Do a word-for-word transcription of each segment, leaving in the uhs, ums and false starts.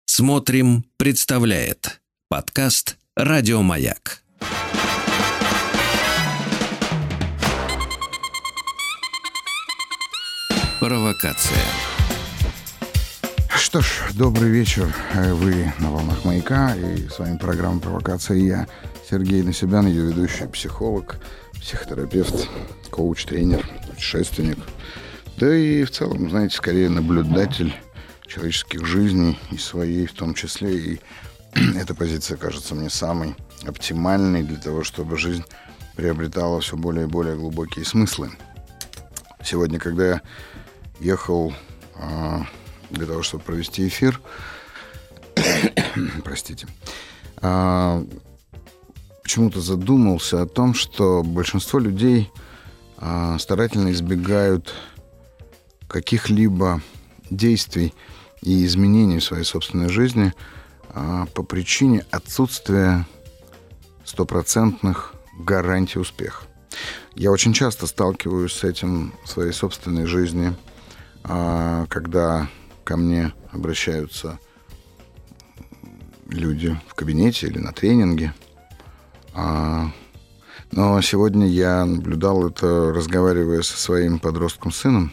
Смотрим, представляет подкаст «Радио Маяк». Провокация. Что ж, добрый вечер. Вы на волнах Маяка, и с вами программа «Провокация». И я, Сергей Насибян, ее ведущий психолог, психотерапевт, коуч, тренер, путешественник. Да и в целом, знаете, скорее наблюдатель человеческих жизней и своей в том числе. И эта позиция кажется мне самой оптимальной для того, чтобы жизнь приобретала все более и более глубокие смыслы. Сегодня, когда я ехал а, для того, чтобы провести эфир, простите, а, почему-то задумался о том, что большинство людей а, старательно избегают каких-либо действий и изменений в своей собственной жизни а, по причине отсутствия стопроцентных гарантий успеха. Я очень часто сталкиваюсь с этим в своей собственной жизни, а, когда ко мне обращаются люди в кабинете или на тренинге. А, но сегодня я наблюдал это, разговаривая со своим подростком сыном,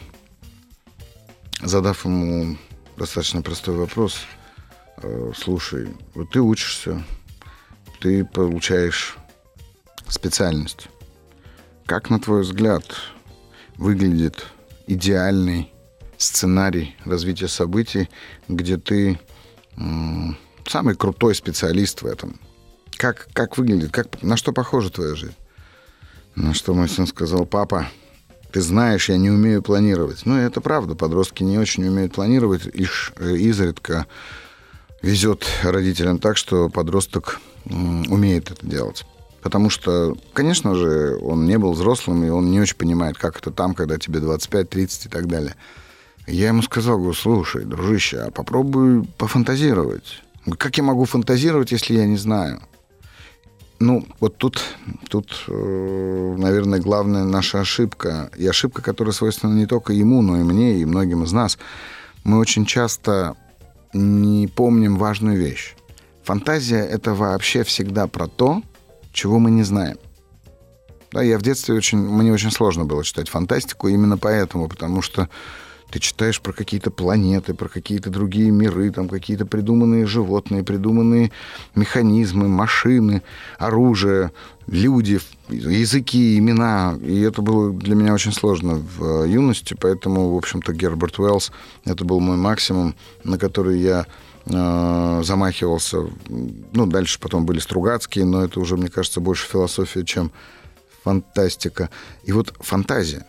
задав ему достаточно простой вопрос. Слушай, вот ты учишься, ты получаешь специальность. Как, на твой взгляд, выглядит идеальный сценарий развития событий, где ты м- самый крутой специалист в этом? Как, как выглядит, как, на что похожа твоя жизнь? На что мой сын сказал: папа, ты знаешь, я не умею планировать. Ну, это правда, подростки не очень умеют планировать, лишь изредка везет родителям так, что подросток м- умеет это делать. Потому что, конечно же, он не был взрослым, и он не очень понимает, как это там, когда тебе двадцать пять тридцать и так далее. Я ему сказал, говорю: слушай, дружище, а попробуй пофантазировать. Как я могу фантазировать, если я не знаю? Ну, вот тут, тут, наверное, главная наша ошибка. И ошибка, которая свойственна не только ему, но и мне, и многим из нас. Мы очень часто не помним важную вещь. Фантазия — это вообще всегда про то, чего мы не знаем. Да, я в детстве очень... Мне очень сложно было читать фантастику именно поэтому, потому что ты читаешь про какие-то планеты, про какие-то другие миры, там какие-то придуманные животные, придуманные механизмы, машины, оружие, люди, языки, имена. И это было для меня очень сложно в юности, поэтому, в общем-то, Герберт Уэллс — это был мой максимум, на который я э, замахивался. Ну, дальше потом были Стругацкие, но это уже, мне кажется, больше философия, чем фантастика. И вот фантазия.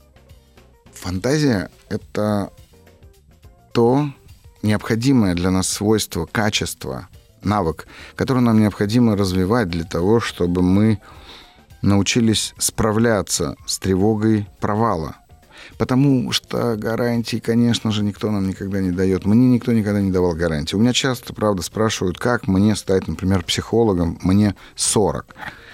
Фантазия — это то необходимое для нас свойство, качество, навык, который нам необходимо развивать для того, чтобы мы научились справляться с тревогой провала. Потому что гарантий, конечно же, никто нам никогда не дает. Мне никто никогда не давал гарантий. У меня часто, правда, спрашивают, как мне стать, например, психологом, мне сорок.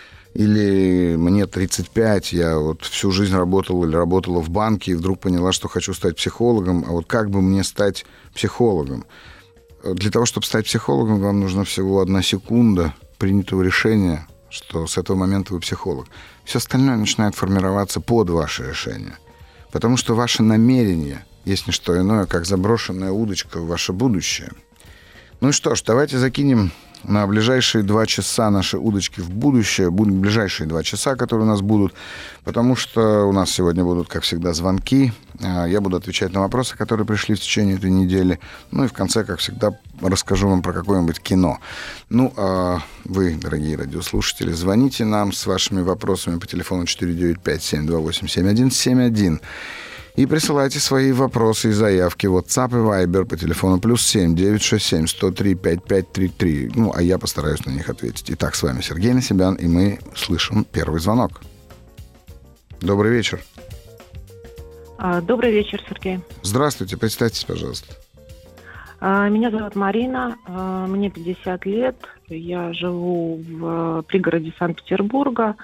Или мне тридцать пять, я вот всю жизнь работала или работала в банке и вдруг поняла, что хочу стать психологом. А вот как бы мне стать психологом? Для того, чтобы стать психологом, вам нужна всего одна секунда принятого решения, что с этого момента вы психолог. Все остальное начинает формироваться под ваше решение. Потому что ваше намерение есть не что иное, как заброшенная удочка в ваше будущее. Ну и что ж, давайте закинем на ближайшие два часа наши удочки в будущее. Будут ближайшие два часа, которые у нас будут, потому что у нас сегодня будут, как всегда, звонки. Я буду отвечать на вопросы, которые пришли в течение этой недели. Ну и в конце, как всегда, расскажу вам про какое-нибудь кино. Ну, а вы, дорогие радиослушатели, звоните нам с вашими вопросами по телефону четыре девять пять семь два восемь семь один семь один. И присылайте свои вопросы и заявки в WhatsApp и Viber по телефону плюс семь девятьсот шестьдесят семь сто три пятьдесят пять тридцать три. Ну, а я постараюсь на них ответить. Итак, с вами Сергей Насибян, и мы слышим первый звонок. Добрый вечер. Добрый вечер, Сергей. Здравствуйте, представьтесь, пожалуйста. Меня зовут Марина, мне пятьдесят лет, я живу в пригороде Санкт-Петербурга.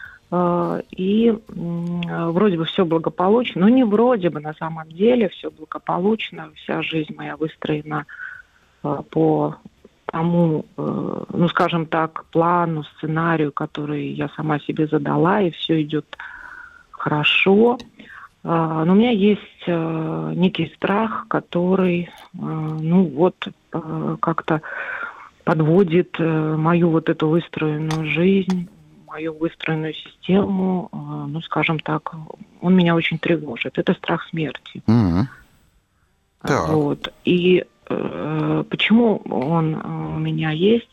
И вроде бы все благополучно, но не вроде бы, на самом деле все благополучно, вся жизнь моя выстроена по тому, ну, скажем так, плану, сценарию, который я сама себе задала, и все идет хорошо. Но у меня есть некий страх, который, ну, вот, как-то подводит мою вот эту выстроенную жизнь, мою выстроенную систему, ну, скажем так, он меня очень тревожит. Это страх смерти. Mm-hmm. Так. Вот. И э, почему он у меня есть?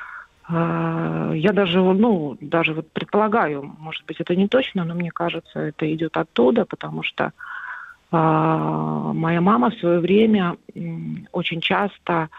Э, я даже, ну, даже вот предполагаю, может быть, это не точно, но мне кажется, это идет оттуда, потому что э, моя мама в свое время э, очень часто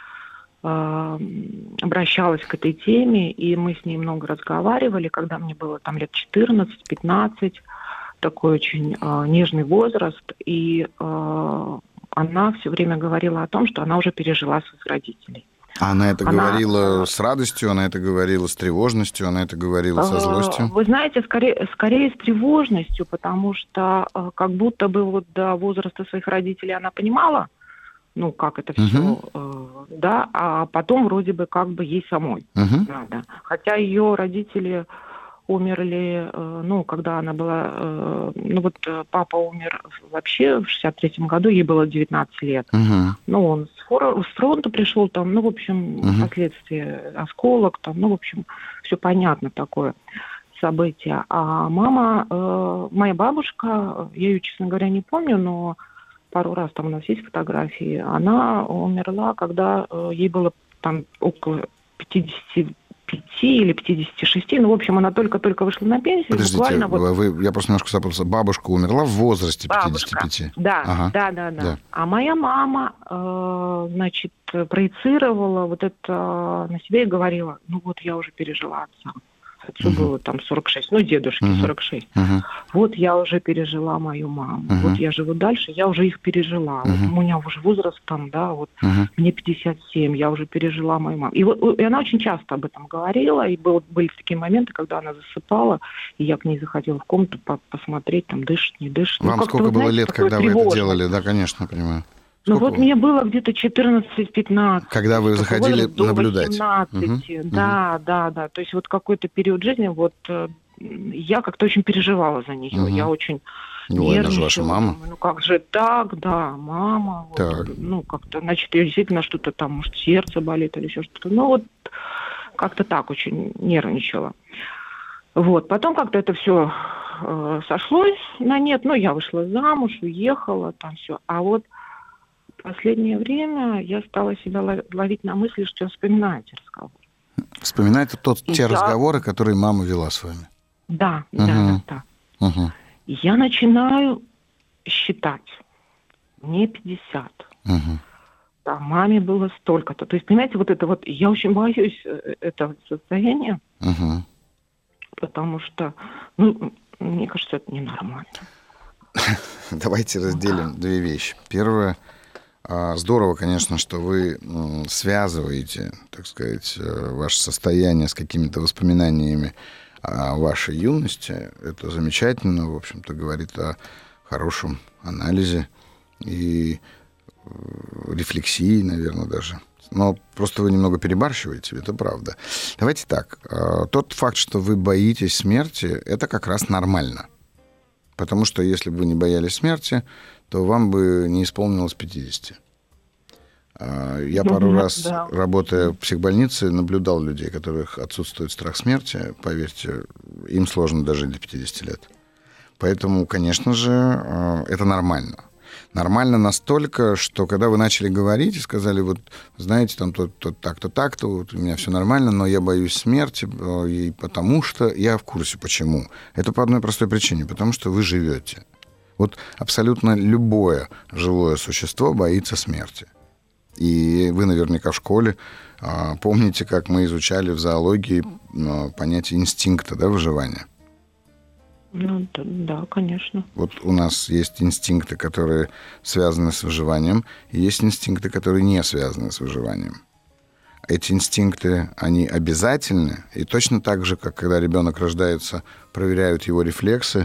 э, обращалась к этой теме, и мы с ней много разговаривали, когда мне было там лет четырнадцать-пятнадцать, такой очень э, нежный возраст, и э, она все время говорила о том, что она уже пережила своих родителей. Она это она... говорила с радостью, она это говорила с тревожностью, она это говорила со злостью? Вы знаете, скорее, скорее с тревожностью, потому что как будто бы вот до возраста своих родителей она понимала, ну, как это все, угу. да, а потом вроде бы как бы ей самой угу. надо. Хотя ее родители умерли, ну, когда она была... Ну, вот папа умер вообще в шестьдесят третьем году, ей было девятнадцать лет. Uh-huh. Ну, он с, фор... с фронта пришел, там, ну, в общем, uh-huh. последствия осколок, там, ну, в общем, все понятно такое событие. А мама, э, моя бабушка, я ее, честно говоря, не помню, но пару раз там у нас есть фотографии, она умерла, когда э, ей было там около пятидесяти пяти или пятидесяти шести, ну, в общем, она только-только вышла на пенсию. Подождите, буквально вот... вы, я просто немножко запутался. Бабушка умерла в возрасте пятидесяти пяти? Бабушка. Да, ага. да, да, да, да. А моя мама, э, значит, проецировала вот это на себя и говорила, ну, вот я уже пережила отца. Отцу uh-huh. было там сорок шесть, ну, дедушке uh-huh. сорок шесть. Uh-huh. Вот я уже пережила мою маму. Uh-huh. Вот я живу дальше, я уже их пережила. Uh-huh. Вот у меня уже возраст там, да, вот uh-huh. мне пятьдесят семь, я уже пережила мою маму. И, вот, и она очень часто об этом говорила, и был, были такие моменты, когда она засыпала, и я к ней заходила в комнату по- посмотреть, там, дышит, не дышит. Вам ну, сколько вы, было знаете, лет, когда вы это делали? Да, конечно, понимаю. Ну вот мне было где-то четырнадцать-пятнадцать. Когда вы заходили наблюдать. восемнадцать. Угу. Да, угу. да, да. То есть вот какой-то период жизни, вот я как-то очень переживала за нее. Угу. Я очень ну, это же ваша мама. Ну как же так, да, мама. Так. Вот, ну как-то, значит, ее действительно что-то там, может, сердце болит или еще что-то. Ну вот как-то так очень нервничала. Вот, потом как-то это все э, сошлось на нет. Ну, я вышла замуж, уехала, там все. А вот в последнее время я стала себя ловить на мысли, что я вспоминаю эти разговоры. Вспоминаете тот, те я... разговоры, которые мама вела с вами? Да, угу. да, да. Угу. Я начинаю считать. Мне пятьдесят. Угу. Да, маме было столько-то. То есть, понимаете, вот это вот... Я очень боюсь этого состояния, угу. потому что, ну, мне кажется, это ненормально. Давайте разделим да. две вещи. Первое, здорово, конечно, что вы связываете, так сказать, ваше состояние с какими-то воспоминаниями о вашей юности. Это замечательно, в общем-то, говорит о хорошем анализе и рефлексии, наверное, даже. Но просто вы немного перебарщиваете, это правда. Давайте так. Тот факт, что вы боитесь смерти, это как раз нормально. Потому что если бы вы не боялись смерти, то вам бы не исполнилось пятидесяти. Я пару раз, да. работая в психбольнице, наблюдал людей, у которых отсутствует страх смерти. Поверьте, им сложно дожить до пятидесяти лет. Поэтому, конечно же, это нормально. Нормально настолько, что когда вы начали говорить и сказали, вот, знаете, там то, то так-то, так-то, вот у меня все нормально, но я боюсь смерти, и потому что я в курсе, почему. Это по одной простой причине, потому что вы живете. Вот абсолютно любое живое существо боится смерти. И вы наверняка в школе а, помните, как мы изучали в зоологии а, понятие инстинкта, да, выживания. Ну, да, да, конечно. Вот у нас есть инстинкты, которые связаны с выживанием, и есть инстинкты, которые не связаны с выживанием. Эти инстинкты, они обязательны, и точно так же, как когда ребенок рождается, проверяют его рефлексы,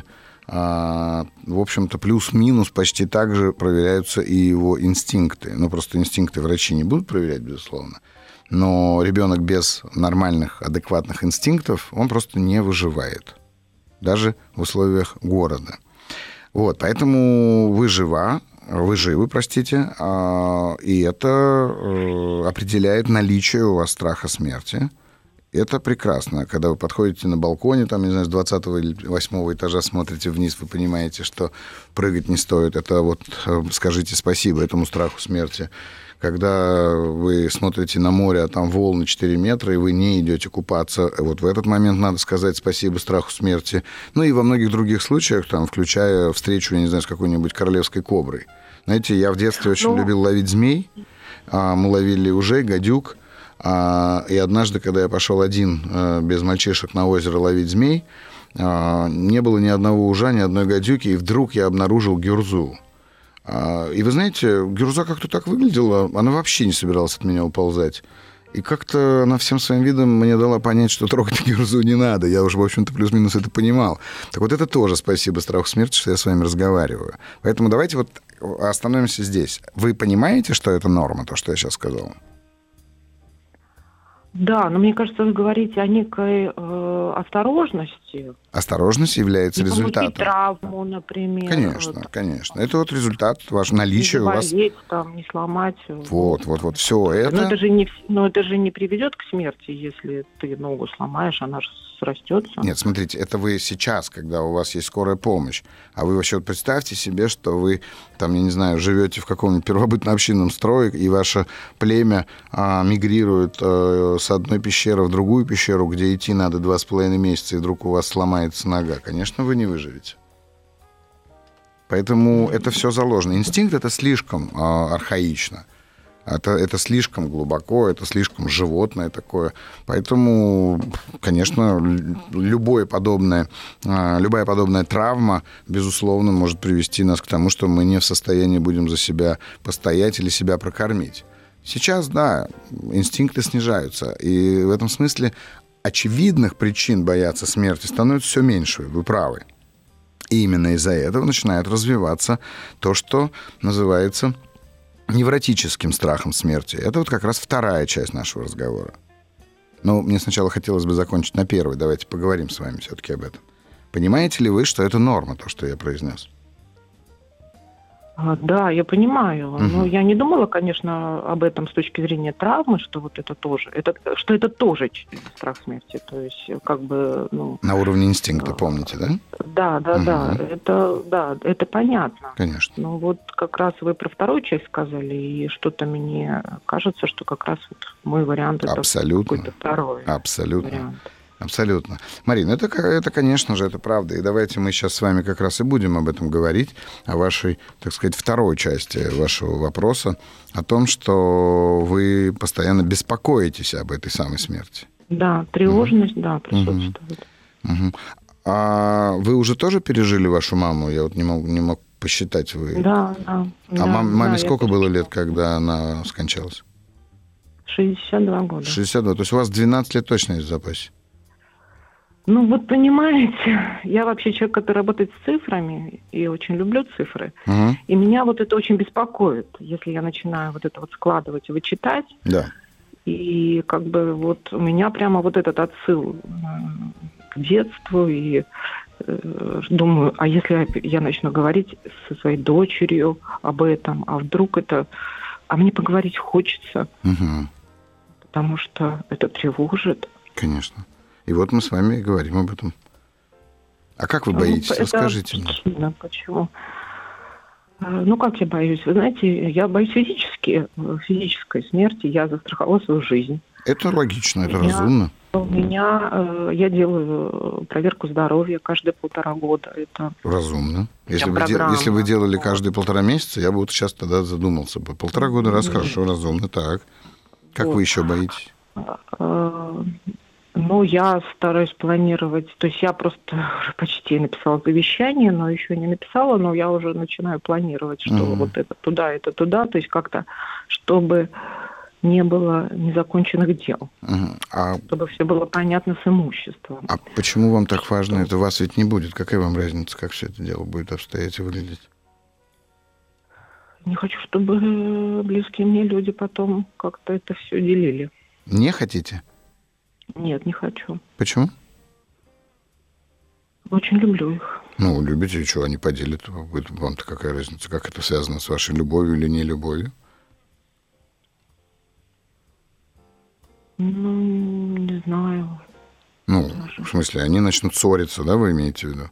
в общем-то, плюс-минус почти так же проверяются и его инстинкты. Ну, просто инстинкты врачи не будут проверять, безусловно. Но ребенок без нормальных, адекватных инстинктов, он просто не выживает. Даже в условиях города. Вот, поэтому вы жива, вы живы, простите, и это определяет наличие у вас страха смерти. Это прекрасно. Когда вы подходите на балконе, там, не знаю, с двадцатого или восьмого этажа смотрите вниз, вы понимаете, что прыгать не стоит. Это вот скажите спасибо этому страху смерти. Когда вы смотрите на море, а там волны четыре метра, и вы не идете купаться, вот в этот момент надо сказать спасибо страху смерти. Ну и во многих других случаях, там, включая встречу, я не знаю, с какой-нибудь королевской коброй. Знаете, я в детстве очень ну... любил ловить змей. Мы ловили ужей, гадюк. И однажды, когда я пошел один без мальчишек на озеро ловить змей, не было ни одного ужа, ни одной гадюки, и вдруг я обнаружил гюрзу. И вы знаете, гюрза как-то так выглядела, она вообще не собиралась от меня уползать. И как-то она всем своим видом мне дала понять, что трогать гюрзу не надо. Я уже, в общем-то, плюс-минус это понимал. Так вот это тоже спасибо страху смерти, что я с вами разговариваю. Поэтому давайте вот остановимся здесь. Вы понимаете, что это норма, то, что я сейчас сказал? Да, но мне кажется, вы говорите о некой э, осторожности. Осторожность является не результатом. Не травму, например. Конечно, вот. конечно. Это вот результат, ваше наличие не у вас. Не там, не сломать. Вот, вот, вот, все это. Но это же не, но это же не приведет к смерти, если ты ногу сломаешь, она же срастется. Нет, смотрите, это вы сейчас, когда у вас есть скорая помощь. А вы вообще вот представьте себе, что вы, там, я не знаю, живете в каком-нибудь первобытно-общинном строе, и ваше племя а, мигрирует а, с одной пещеры в другую пещеру, где идти надо два с половиной месяца, и вдруг у вас сломается нога. Конечно, вы не выживете. Поэтому это все заложено. Инстинкт — это слишком а, архаично. Это, это слишком глубоко, это слишком животное такое. Поэтому, конечно, любое подобное, любая подобная травма, безусловно, может привести нас к тому, что мы не в состоянии будем за себя постоять или себя прокормить. Сейчас, да, инстинкты снижаются. И в этом смысле очевидных причин бояться смерти становится все меньше. Вы правы. И именно из-за этого начинает развиваться то, что называется невротическим страхом смерти. Это вот как раз вторая часть нашего разговора. Но мне сначала хотелось бы закончить на первой. Давайте поговорим с вами все-таки об этом. Понимаете ли вы, что это норма, то, что я произнес? А, да, я понимаю. Угу. Но я не думала, конечно, об этом с точки зрения травмы, что вот это тоже, это, что это тоже страх смерти. То есть, как бы, ну... На уровне инстинкта, помните, да? Да, да, угу. да. Это, да, это понятно. Конечно. Ну, вот как раз вы про вторую часть сказали, и что-то мне кажется, что как раз вот мой вариант Абсолютно. это какой-то второй Абсолютно. вариант. Абсолютно. Марина, это, это, конечно же, это правда. И давайте мы сейчас с вами как раз и будем об этом говорить, о вашей, так сказать, второй части вашего вопроса, о том, что вы постоянно беспокоитесь об этой самой смерти. Да, тревожность, угу. да, присутствует. Угу. А вы уже тоже пережили вашу маму? Я вот не мог, не мог посчитать. Вы... Да, да. А да, мам, маме да, сколько было лет, когда она скончалась? шестьдесят два года. шестьдесят два. То есть у вас двенадцать лет точно есть в запасе? Ну, вот понимаете, я вообще человек, который работает с цифрами, и очень люблю цифры. Угу. И меня вот это очень беспокоит, если я начинаю вот это вот складывать и вычитать. Да. И как бы вот у меня прямо вот этот отсыл к детству, и э, думаю, а если я начну говорить со своей дочерью об этом, а вдруг это... А мне поговорить хочется, угу. потому что это тревожит. Конечно. И вот мы с вами говорим об этом. А как вы боитесь? Это Расскажите мне. Почему? Ну, как я боюсь? Вы знаете, я боюсь физически, физической смерти. Я застраховала свою жизнь. Это логично, это меня, разумно. У меня, я делаю проверку здоровья каждые полтора года. Это разумно. Если бы, де, если вы делали каждые полтора месяца, я бы вот сейчас тогда задумался бы. Полтора года раз, Нет. хорошо, разумно. Так. Как вот. Вы еще боитесь? Ну, я стараюсь планировать, то есть я просто уже почти написала завещание, но еще не написала, но я уже начинаю планировать, что uh-huh. вот это туда, это туда, то есть как-то, чтобы не было незаконченных дел. Угу. А... Чтобы все было понятно с имуществом. А почему вам так важно? Это вас ведь не будет. Какая вам разница, как все это дело будет обстоять и выглядеть? Не хочу, чтобы близкие мне люди потом как-то это все делили. Не хотите? Нет, не хочу. Почему? Очень люблю их. Ну, любите, и что, они поделят. Вам-то какая разница? Как это связано с вашей любовью или не любовью? Ну, не знаю. Ну, даже. В смысле, они начнут ссориться, да, вы имеете в виду?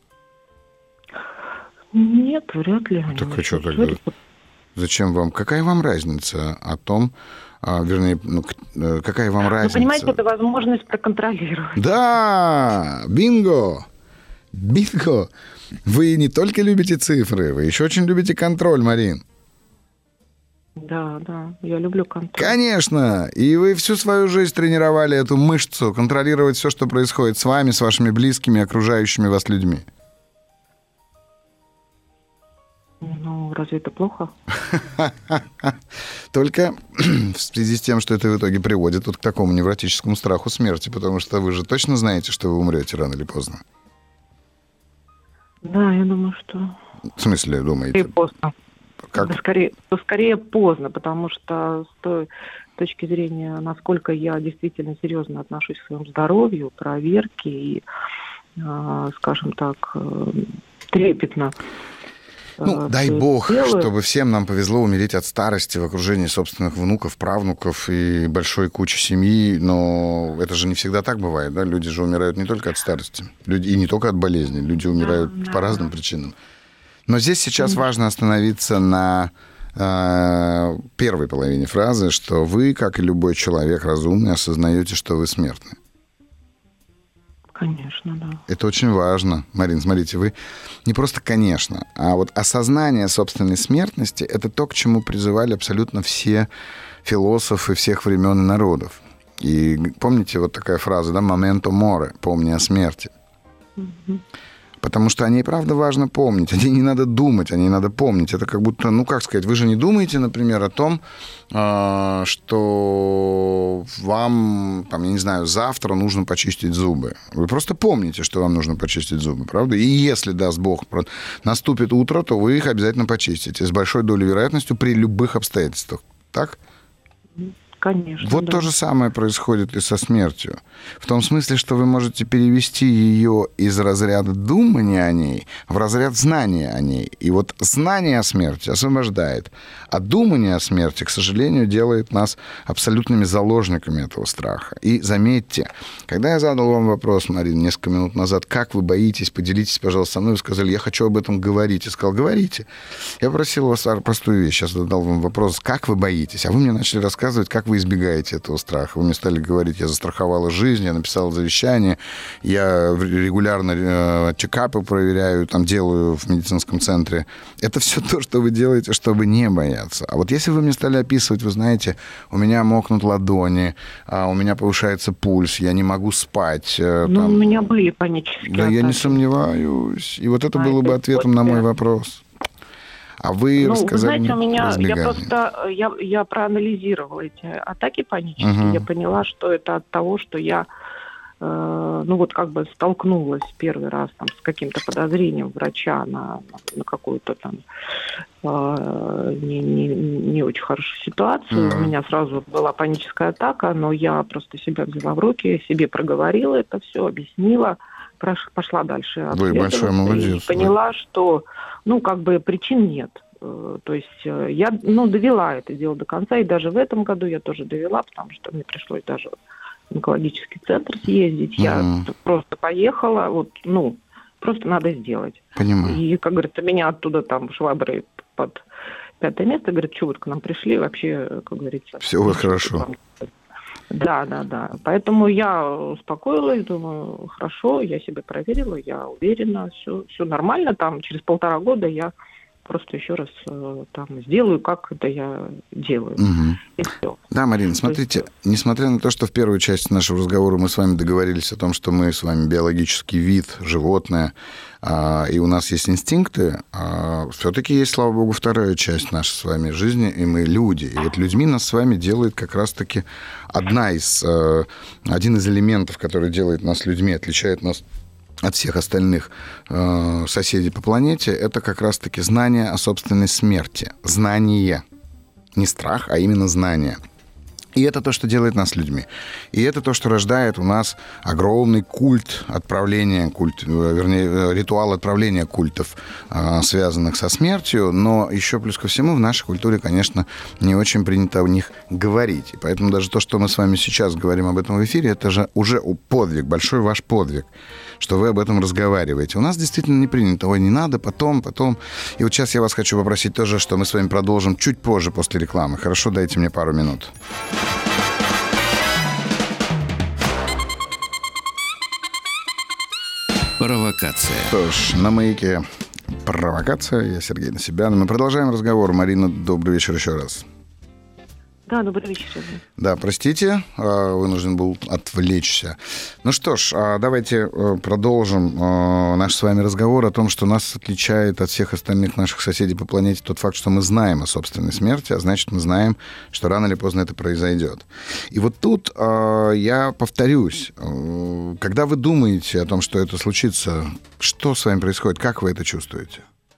Нет, вряд ли. Так а что тогда? Зачем вам? Какая вам разница о том, а, вернее, ну, какая вам разница? Вы понимаете, это возможность проконтролировать. Да, бинго! Бинго! Вы не только любите цифры, вы еще очень любите контроль, Марин. Да, да, я люблю контроль. Конечно! И вы всю свою жизнь тренировали эту мышцу, контролировать все, что происходит с вами, с вашими близкими, окружающими вас людьми. Ну, разве это плохо? Только в связи с тем, что это в итоге приводит вот к такому невротическому страху смерти, потому что вы же точно знаете, что вы умрете рано или поздно. Да, я думаю, что... В смысле, думаете? Скорее поздно. Как? Да, скорее, то скорее поздно, потому что с той точки зрения, насколько я действительно серьезно отношусь к своему здоровью, проверки и, скажем так, трепетно. Ну, дай бог, делаю. Чтобы всем нам повезло умереть от старости в окружении собственных внуков, правнуков и большой кучи семьи, но это же не всегда так бывает, да? Люди же умирают не только от старости, люди, и не только от болезни, люди умирают да, по да. разным причинам. Но здесь сейчас Конечно. важно остановиться на э, первой половине фразы, что вы, как и любой человек разумный, осознаете, что вы смертны. Конечно, да. Это очень важно. Марин, смотрите, вы не просто «конечно», а вот осознание собственной смертности — это то, к чему призывали абсолютно все философы всех времен и народов. И помните вот такая фраза, да, «моменто море», «помни о смерти». Угу. Потому что о ней, правда, важно помнить. О ней не надо думать, о ней надо помнить. Это как будто, ну, как сказать, вы же не думаете, например, о том, что вам, там, я не знаю, завтра нужно почистить зубы. Вы просто помните, что вам нужно почистить зубы, правда? И если, даст Бог, наступит утро, то вы их обязательно почистите. С большой долей вероятностью при любых обстоятельствах. Так? Конечно. Вот да. то же самое происходит и со смертью. В том смысле, что вы можете перевести ее из разряда думания о ней в разряд знания о ней. И вот знание о смерти освобождает. А думание о смерти, к сожалению, делает нас абсолютными заложниками этого страха. И заметьте, когда я задал вам вопрос, Марина, несколько минут назад, как вы боитесь, поделитесь, пожалуйста, со мной, вы сказали, я хочу об этом говорить. Я сказал, говорите. Я просил вас простую вещь. Сейчас задал вам вопрос, как вы боитесь. А вы мне начали рассказывать, как вы вы избегаете этого страха. Вы мне стали говорить, я застраховала жизнь, я написала завещание, я регулярно э, чекапы проверяю, там делаю в медицинском центре. Это все то, что вы делаете, чтобы не бояться. А вот если вы мне стали описывать, вы знаете, у меня мокнут ладони, а у меня повышается пульс, я не могу спать. Э, ну, там... у меня были панические Да, атаки. я не сомневаюсь. И вот это а было это бы ответом на мой вопрос. А вы ну, рассказали вы знаете, у меня, я просто, я, я проанализировала эти атаки панические, uh-huh. я поняла, что это от того, что я, э, ну вот как бы столкнулась первый раз там с каким-то подозрением врача на, на какую-то там э, не, не, не очень хорошую ситуацию. Uh-huh. У меня сразу была паническая атака, но я просто себя взяла в руки, себе проговорила это все, объяснила. Пошла дальше. Вы большой молодец. Поняла, да. что, ну, как бы причин нет. То есть я, ну, довела это дело до конца, и даже в этом году я тоже довела, потому что мне пришлось даже в онкологический центр съездить. Mm-hmm. Я просто поехала, вот, ну, просто надо сделать. Понимаю. И, как говорится, меня оттуда там шваброй под пятое место, говорят, что вот к нам пришли, вообще, как говорится... Все вот хорошо. Да, да, да. Поэтому я успокоилась, думаю, хорошо, я себя проверила, я уверена, все, все нормально. Там через полтора года я просто еще раз э, там сделаю, как это я делаю. Угу. И все. Да, Марина, смотрите, есть... несмотря на то, что в первую часть нашего разговора мы с вами договорились о том, что мы с вами биологический вид, животное, а, и у нас есть инстинкты, а, все-таки есть, слава богу, вторая часть нашей с вами жизни, и мы люди. И вот людьми нас с вами делает как раз-таки одна из, а, один из элементов, который делает нас людьми, отличает нас от всех остальных э, соседей по планете, это как раз-таки знание о собственной смерти. Знание. Не страх, а именно знание. И это то, что делает нас людьми. И это то, что рождает у нас огромный культ отправления, культ, вернее, ритуал отправления культов, э, связанных со смертью. Но еще плюс ко всему в нашей культуре, конечно, не очень принято о них говорить. И поэтому даже то, что мы с вами сейчас говорим об этом в эфире, это же уже подвиг, большой ваш подвиг, что вы об этом разговариваете. У нас действительно не принято. Ой, не надо, потом, потом. И вот сейчас я вас хочу попросить тоже, что мы с вами продолжим чуть позже после рекламы. Хорошо, дайте мне пару минут. Провокация. Что ж, на «Маяке» провокация. Я Сергей Насибян. Мы продолжаем разговор. Марина, добрый вечер еще раз. Да, добрый вечер. Да, простите, вынужден был отвлечься. Ну что ж, давайте продолжим наш с вами разговор о том, что нас отличает от всех остальных наших соседей по планете тот факт, что мы знаем о собственной смерти, а значит, мы знаем, что рано или поздно это произойдет. И вот тут я повторюсь, когда вы думаете о том, что это случится, что с вами происходит, как вы это чувствуете?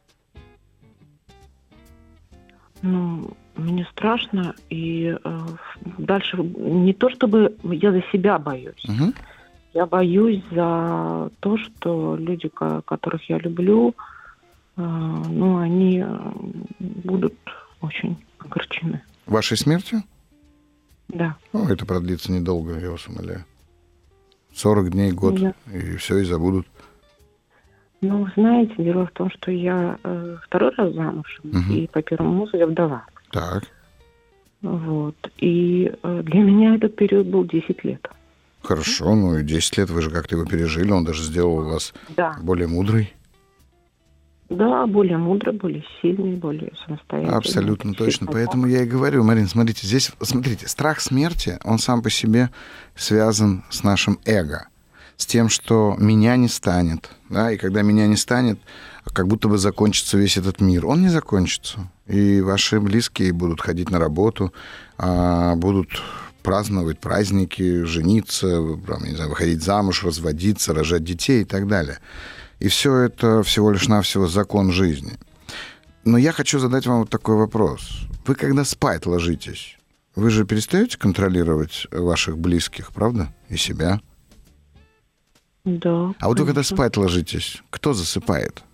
Ну... Мне страшно, и э, дальше не то, чтобы я за себя боюсь. Угу. Я боюсь за то, что люди, которых я люблю, э, ну, они будут очень огорчены. Вашей смертью? Да. Ну, это продлится недолго, я вас умоляю. сорок дней, год, я... и все, и забудут. Ну, знаете, дело в том, что я э, второй раз замужем, угу. и по первому мужу я вдова. Так. Вот. И э, для меня этот период был десять лет. Хорошо, ну и десять лет вы же как-то его пережили, он даже сделал вас да. более мудрой. Да, более мудрой, более сильной, более самостоятельной. Абсолютно точно. Поэтому я и говорю, Марин, смотрите, здесь, смотрите, страх смерти, он сам по себе связан с нашим эго, с тем, что меня не станет, да, и когда меня не станет, как будто бы закончится весь этот мир. Он не закончится. И ваши близкие будут ходить на работу, будут праздновать праздники, жениться, не знаю, выходить замуж, разводиться, рожать детей и так далее. И все это всего лишь навсего закон жизни. Но я хочу задать вам вот такой вопрос. Вы когда спать ложитесь, вы же перестаете контролировать ваших близких, правда? И себя? Да. А вот вы когда спать ложитесь, кто засыпает?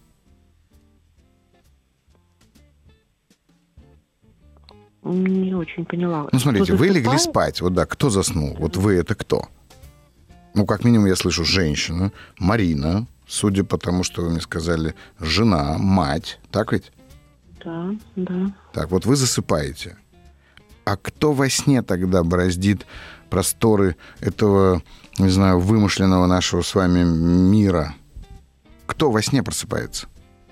Не очень поняла. Ну, смотрите, вы легли спать. Вот да, кто заснул? Вот вы это кто? Ну, как минимум, я слышу женщина, Марина, судя по тому, что вы мне сказали, жена, мать. Так ведь? Да, да. Так, вот вы засыпаете. А кто во сне тогда бороздит просторы этого, не знаю, вымышленного нашего с вами мира? Кто во сне просыпается?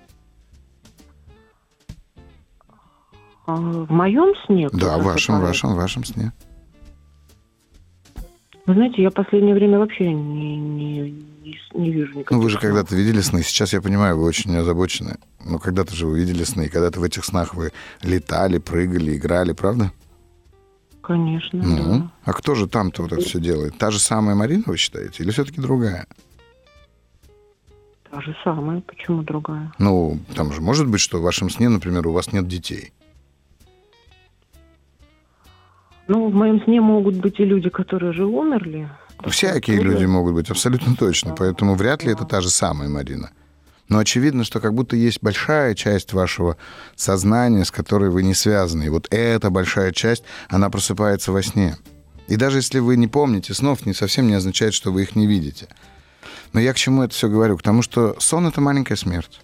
В моем сне? Да, в вашем, вашем, вашем сне. Вы знаете, я в последнее время вообще не, не, не, не вижу никаких. Ну, вы же когда-то видели сны. Сейчас я понимаю, вы очень озабочены. Но когда-то же вы видели сны. И когда-то в этих снах вы летали, прыгали, играли, правда? Конечно, ну, да. А кто же там-то вот это все делает? Та же самая Марина, вы считаете? Или все-таки другая? Та же самая. Почему другая? Ну, там же может быть, что в вашем сне, например, у вас нет детей. Ну, в моем сне могут быть и люди, которые уже умерли. Всякие люди могут быть, абсолютно точно. Поэтому вряд ли это та же самая Марина. Но очевидно, что как будто есть большая часть вашего сознания, с которой вы не связаны. И вот эта большая часть, она просыпается во сне. И даже если вы не помните снов, не совсем не означает, что вы их не видите. Но я к чему это все говорю? К тому, что сон — это маленькая смерть.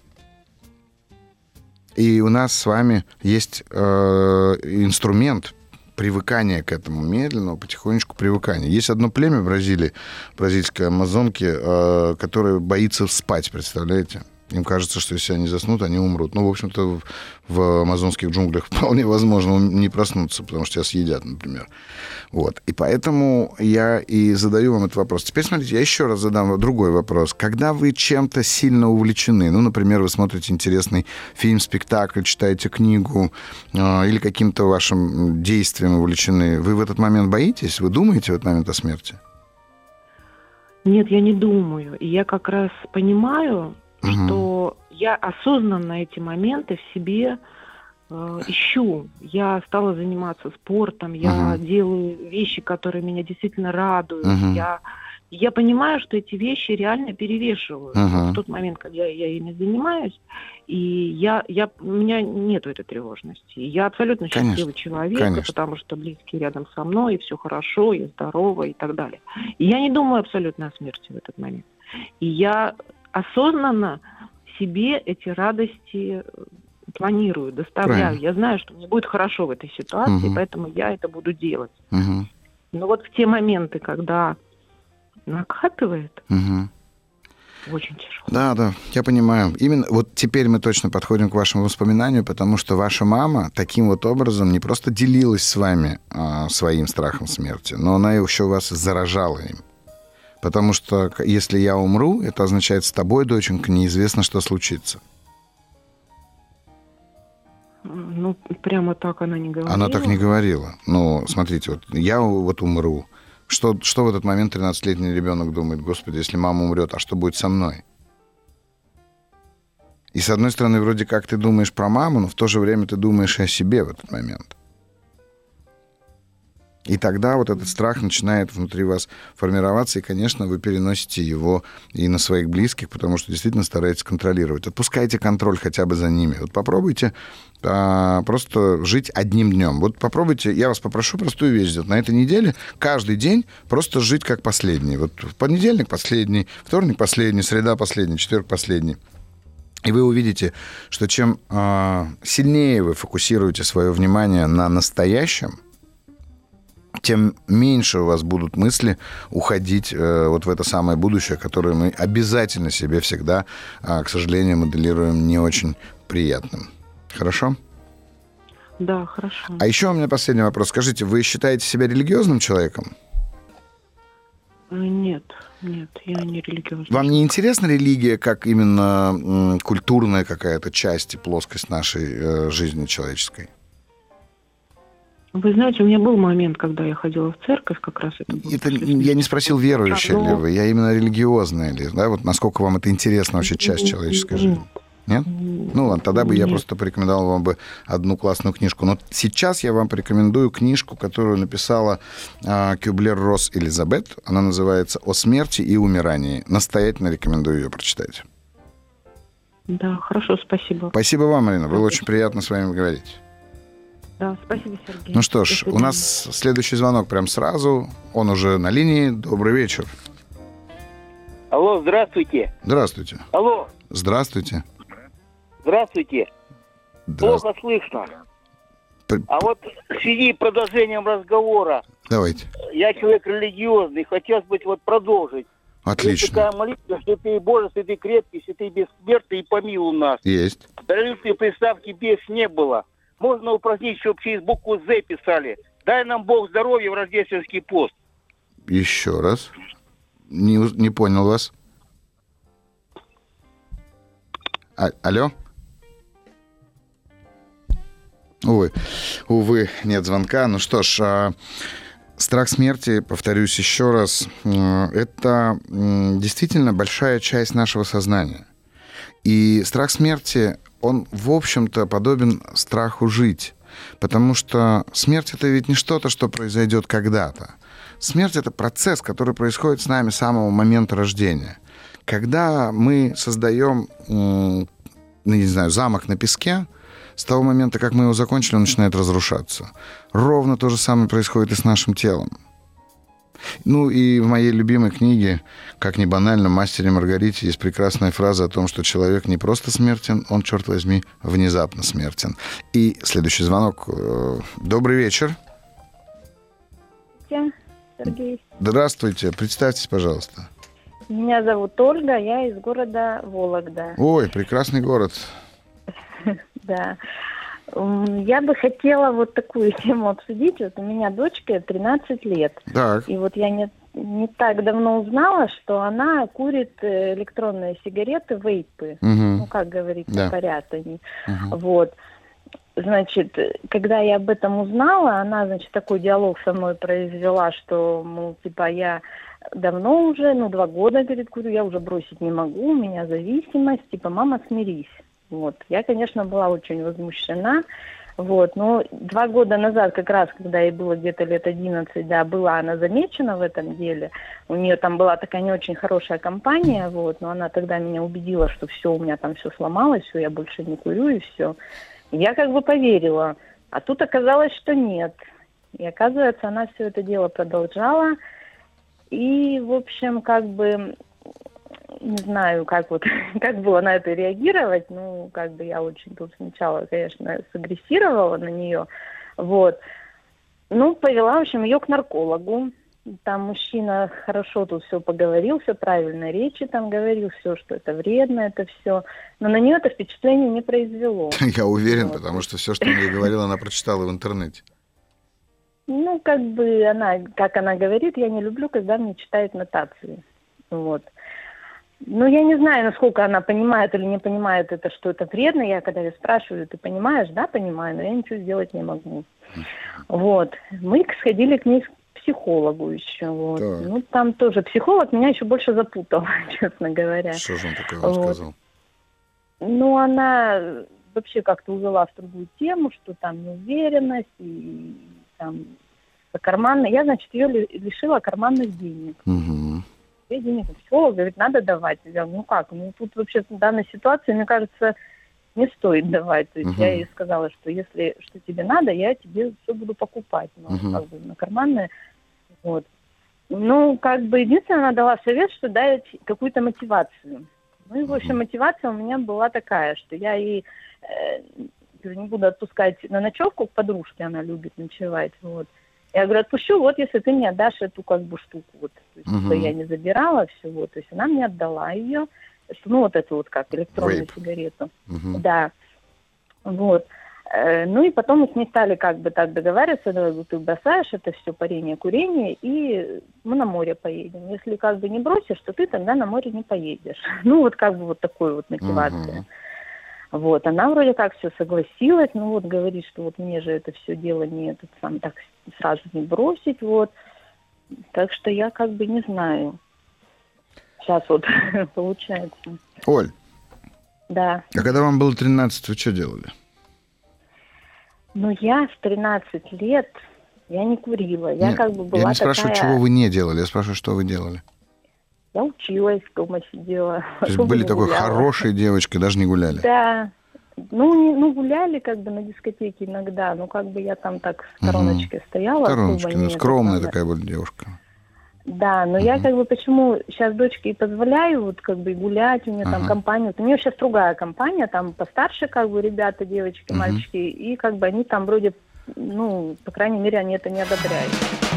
И у нас с вами есть э, инструмент привыкания к этому, медленного, потихонечку привыкания. Есть одно племя в Бразилии, бразильской амазонки, э, которое боится спать, представляете? Им кажется, что если они заснут, они умрут. Ну, в общем-то, в, в амазонских джунглях вполне возможно не проснуться, потому что тебя съедят, например. Вот. И поэтому я и задаю вам этот вопрос. Теперь, смотрите, я еще раз задам другой вопрос. Когда вы чем-то сильно увлечены, ну, например, вы смотрите интересный фильм, спектакль, читаете книгу э, или каким-то вашим действием увлечены, вы в этот момент боитесь? Вы думаете в этот момент о смерти? Нет, я не думаю. И я как раз понимаю, Угу. что я осознанно эти моменты в себе э, ищу. Я стала заниматься спортом, я Угу. делаю вещи, которые меня действительно радуют. Угу. Я, я понимаю, что эти вещи реально перевешивают. Угу. В тот момент, когда я ими занимаюсь, и я, я, у меня нету этой тревожности. Я абсолютно счастливый Конечно. человек, Конечно. потому что близкие рядом со мной, и все хорошо, я здорова и так далее. И я не думаю абсолютно о смерти в этот момент. И я осознанно себе эти радости планирую, доставляю. Правильно. Я знаю, что мне будет хорошо в этой ситуации, Угу. поэтому я это буду делать. Угу. Но вот в те моменты, когда накатывает, Угу. очень тяжело. Да, да, я понимаю. Именно вот теперь мы точно подходим к вашему воспоминанию, потому что ваша мама таким вот образом не просто делилась с вами а, своим страхом смерти, но она еще вас заражала им. Потому что если я умру, это означает, с тобой, доченька, неизвестно, что случится. Ну, прямо так она не говорила. Она так не говорила. Ну, смотрите, вот я вот умру. Что, что в этот момент тринадцатилетний ребенок думает? Господи, если мама умрет, а что будет со мной? И с одной стороны, вроде как ты думаешь про маму, но в то же время ты думаешь и о себе в этот момент. И тогда вот этот страх начинает внутри вас формироваться, и, конечно, вы переносите его и на своих близких, потому что действительно стараетесь контролировать. Отпускайте контроль хотя бы за ними. Вот попробуйте а, просто жить одним днем. Вот попробуйте, я вас попрошу простую вещь сделать. На этой неделе каждый день просто жить как последний. Вот в понедельник последний, вторник последний, среда последний, четверг последний. И вы увидите, что чем а, сильнее вы фокусируете свое внимание на настоящем, тем меньше у вас будут мысли уходить э, вот в это самое будущее, которое мы обязательно себе всегда, э, к сожалению, моделируем не очень приятным. Хорошо? Да, хорошо. А еще у меня последний вопрос. Скажите, вы считаете себя религиозным человеком? Нет, нет, я не религиозная. Вам не интересна религия как именно м, культурная какая-то часть и плоскость нашей э, жизни человеческой? Вы знаете, у меня был момент, когда я ходила в церковь, как раз это было. Это, я не спросил, верующая Но... ли вы, я именно религиозная ли, да, вот насколько вам это интересна вообще часть человеческой жизни? Нет? Ну ладно, тогда бы я Нет. просто порекомендовал вам бы одну классную книжку. Но сейчас я вам порекомендую книжку, которую написала э, Кюблер-Росс Элизабет. Она называется «О смерти и умирании». Настоятельно рекомендую ее прочитать. Да, хорошо, спасибо. Спасибо вам, Марина, было очень приятно с вами говорить. Да, спасибо, Сергей. Ну что ж, у нас следующий звонок прям сразу. Он уже на линии. Добрый вечер. Алло, здравствуйте. Здравствуйте. Алло, Здравствуйте. здравствуйте. Здравствуйте. Плохо слышно. П- А вот в связи с продолжением разговора, Давайте. я человек религиозный, хотелось бы вот продолжить. Есть Отлично. такая молитва, что ты, Боже, что ты крепкий, что ты бессмертный и помилуй нас. Есть. Дорогие ты, приставки без не было. Можно упразднить, чтобы через букву «З» писали. Дай нам Бог здоровья в рождественский пост. Еще раз. Не, уз- не понял вас. А- алло? Увы. Увы, нет звонка. Ну что ж, а, страх смерти, повторюсь еще раз, м, это м, действительно большая часть нашего сознания. И страх смерти, он, в общем-то, подобен страху жить. Потому что смерть — это ведь не что-то, что произойдет когда-то. Смерть — это процесс, который происходит с нами с самого момента рождения. Когда мы создаем, м, ну, не знаю, замок на песке, с того момента, как мы его закончили, он начинает разрушаться. Ровно то же самое происходит и с нашим телом. Ну и в моей любимой книге, как ни банально, «Мастере и Маргарите» есть прекрасная фраза о том, что человек не просто смертен, он, черт возьми, внезапно смертен. И следующий звонок. Добрый вечер. Здравствуйте, Сергей. Здравствуйте. Представьтесь, пожалуйста. Меня зовут Ольга, я из города Вологда. Ой, прекрасный город. Да. Я бы хотела вот такую тему обсудить. Вот у меня дочке тринадцать лет. Так. И вот я не, не так давно узнала, что она курит электронные сигареты, вейпы. Угу. Ну, как говорится, Да. парят они. Угу. Вот. Значит, когда я об этом узнала, она, значит, такой диалог со мной произвела, что, мол, типа, я давно уже, ну, два года, говорит, курю, я уже бросить не могу, у меня зависимость, типа, мама, смирись. Вот. Я, конечно, была очень возмущена, вот, но два года назад, как раз, когда ей было где-то лет одиннадцать, да, была она замечена в этом деле, у нее там была такая не очень хорошая компания, вот, но она тогда меня убедила, что все, у меня там все сломалось, все, я больше не курю и все. Я как бы поверила, а тут оказалось, что нет. И оказывается, она все это дело продолжала. И, в общем, как бы, не знаю, как вот, как было на это реагировать. Ну, как бы я очень тут сначала, конечно, сагрессировала на нее. Вот. Ну, повела, в общем, ее к наркологу. Там мужчина хорошо тут все поговорил, все правильно речи там говорил, все, что это вредно, это все. Но на нее это впечатление не произвело. Я уверен, Вот. потому что все, что он ей говорил, она прочитала в интернете. Ну, как бы она, как она говорит, я не люблю, когда мне читают нотации. Вот. Ну, я не знаю, насколько она понимает или не понимает это, что это вредно. Я когда ее спрашиваю, ты понимаешь? Да, понимаю, но я ничего сделать не могу. Вот. Мы сходили к ней к психологу еще. Вот. Ну, там тоже психолог меня еще больше запутал, честно говоря. Что же он такого вот. сказал? Ну, она вообще как-то увела в другую тему, что там неуверенность и там карманная. Я, значит, ее лишила карманных денег. Угу. Я денег психолог говорит, надо давать. Я говорю, ну как? Ну тут вообще в данной ситуации, мне кажется, не стоит давать. То есть угу. я ей сказала, что если что тебе надо, я тебе все буду покупать. Ну, угу. как бы на карманные. Вот. Ну, как бы единственное, она дала совет, что дать какую-то мотивацию. Ну и, в общем, мотивация у меня была такая, что я ей э, не буду отпускать на ночевку к подружке, она любит ночевать, вот. Я говорю, отпущу, вот если ты мне отдашь эту как бы штуку, вот. То есть, uh-huh. что я не забирала всего, то есть она мне отдала ее, ну вот эту вот как электронную Vape. Сигарету. Uh-huh. Да, вот. Ну и потом мы с ней стали как бы так договариваться, ты бросаешь это все парение, курение, и мы на море поедем. Если как бы не бросишь, то ты тогда на море не поедешь. Ну вот как бы вот такой вот мотивация. Uh-huh. Вот, она вроде как все согласилась, ну вот говорит, что вот мне же это все дело не этот сам так сразу не бросить, вот. Так что я как бы не знаю. Сейчас вот получается. Оль. Да. А когда вам было тринадцать, вы что делали? Ну, я в тринадцать лет, я не курила. Я Нет, как бы была я не спрашиваю, такая... чего вы не делали, я спрашиваю, что вы делали. Я училась, дома сидела. То есть были такой гуляла. Хорошей девочкой, даже не гуляли? Да. Ну, не, ну, гуляли как бы на дискотеке иногда, но как бы я там так в стороночке угу. стояла. Стороночке, ну, скромная это, такая была девушка. Да, но угу. я как бы почему сейчас дочке и позволяю вот как бы гулять, у нее ага. там компания, вот у нее сейчас другая компания, там постарше как бы ребята, девочки, угу. мальчики, и как бы они там вроде, ну, по крайней мере, они это не одобряют.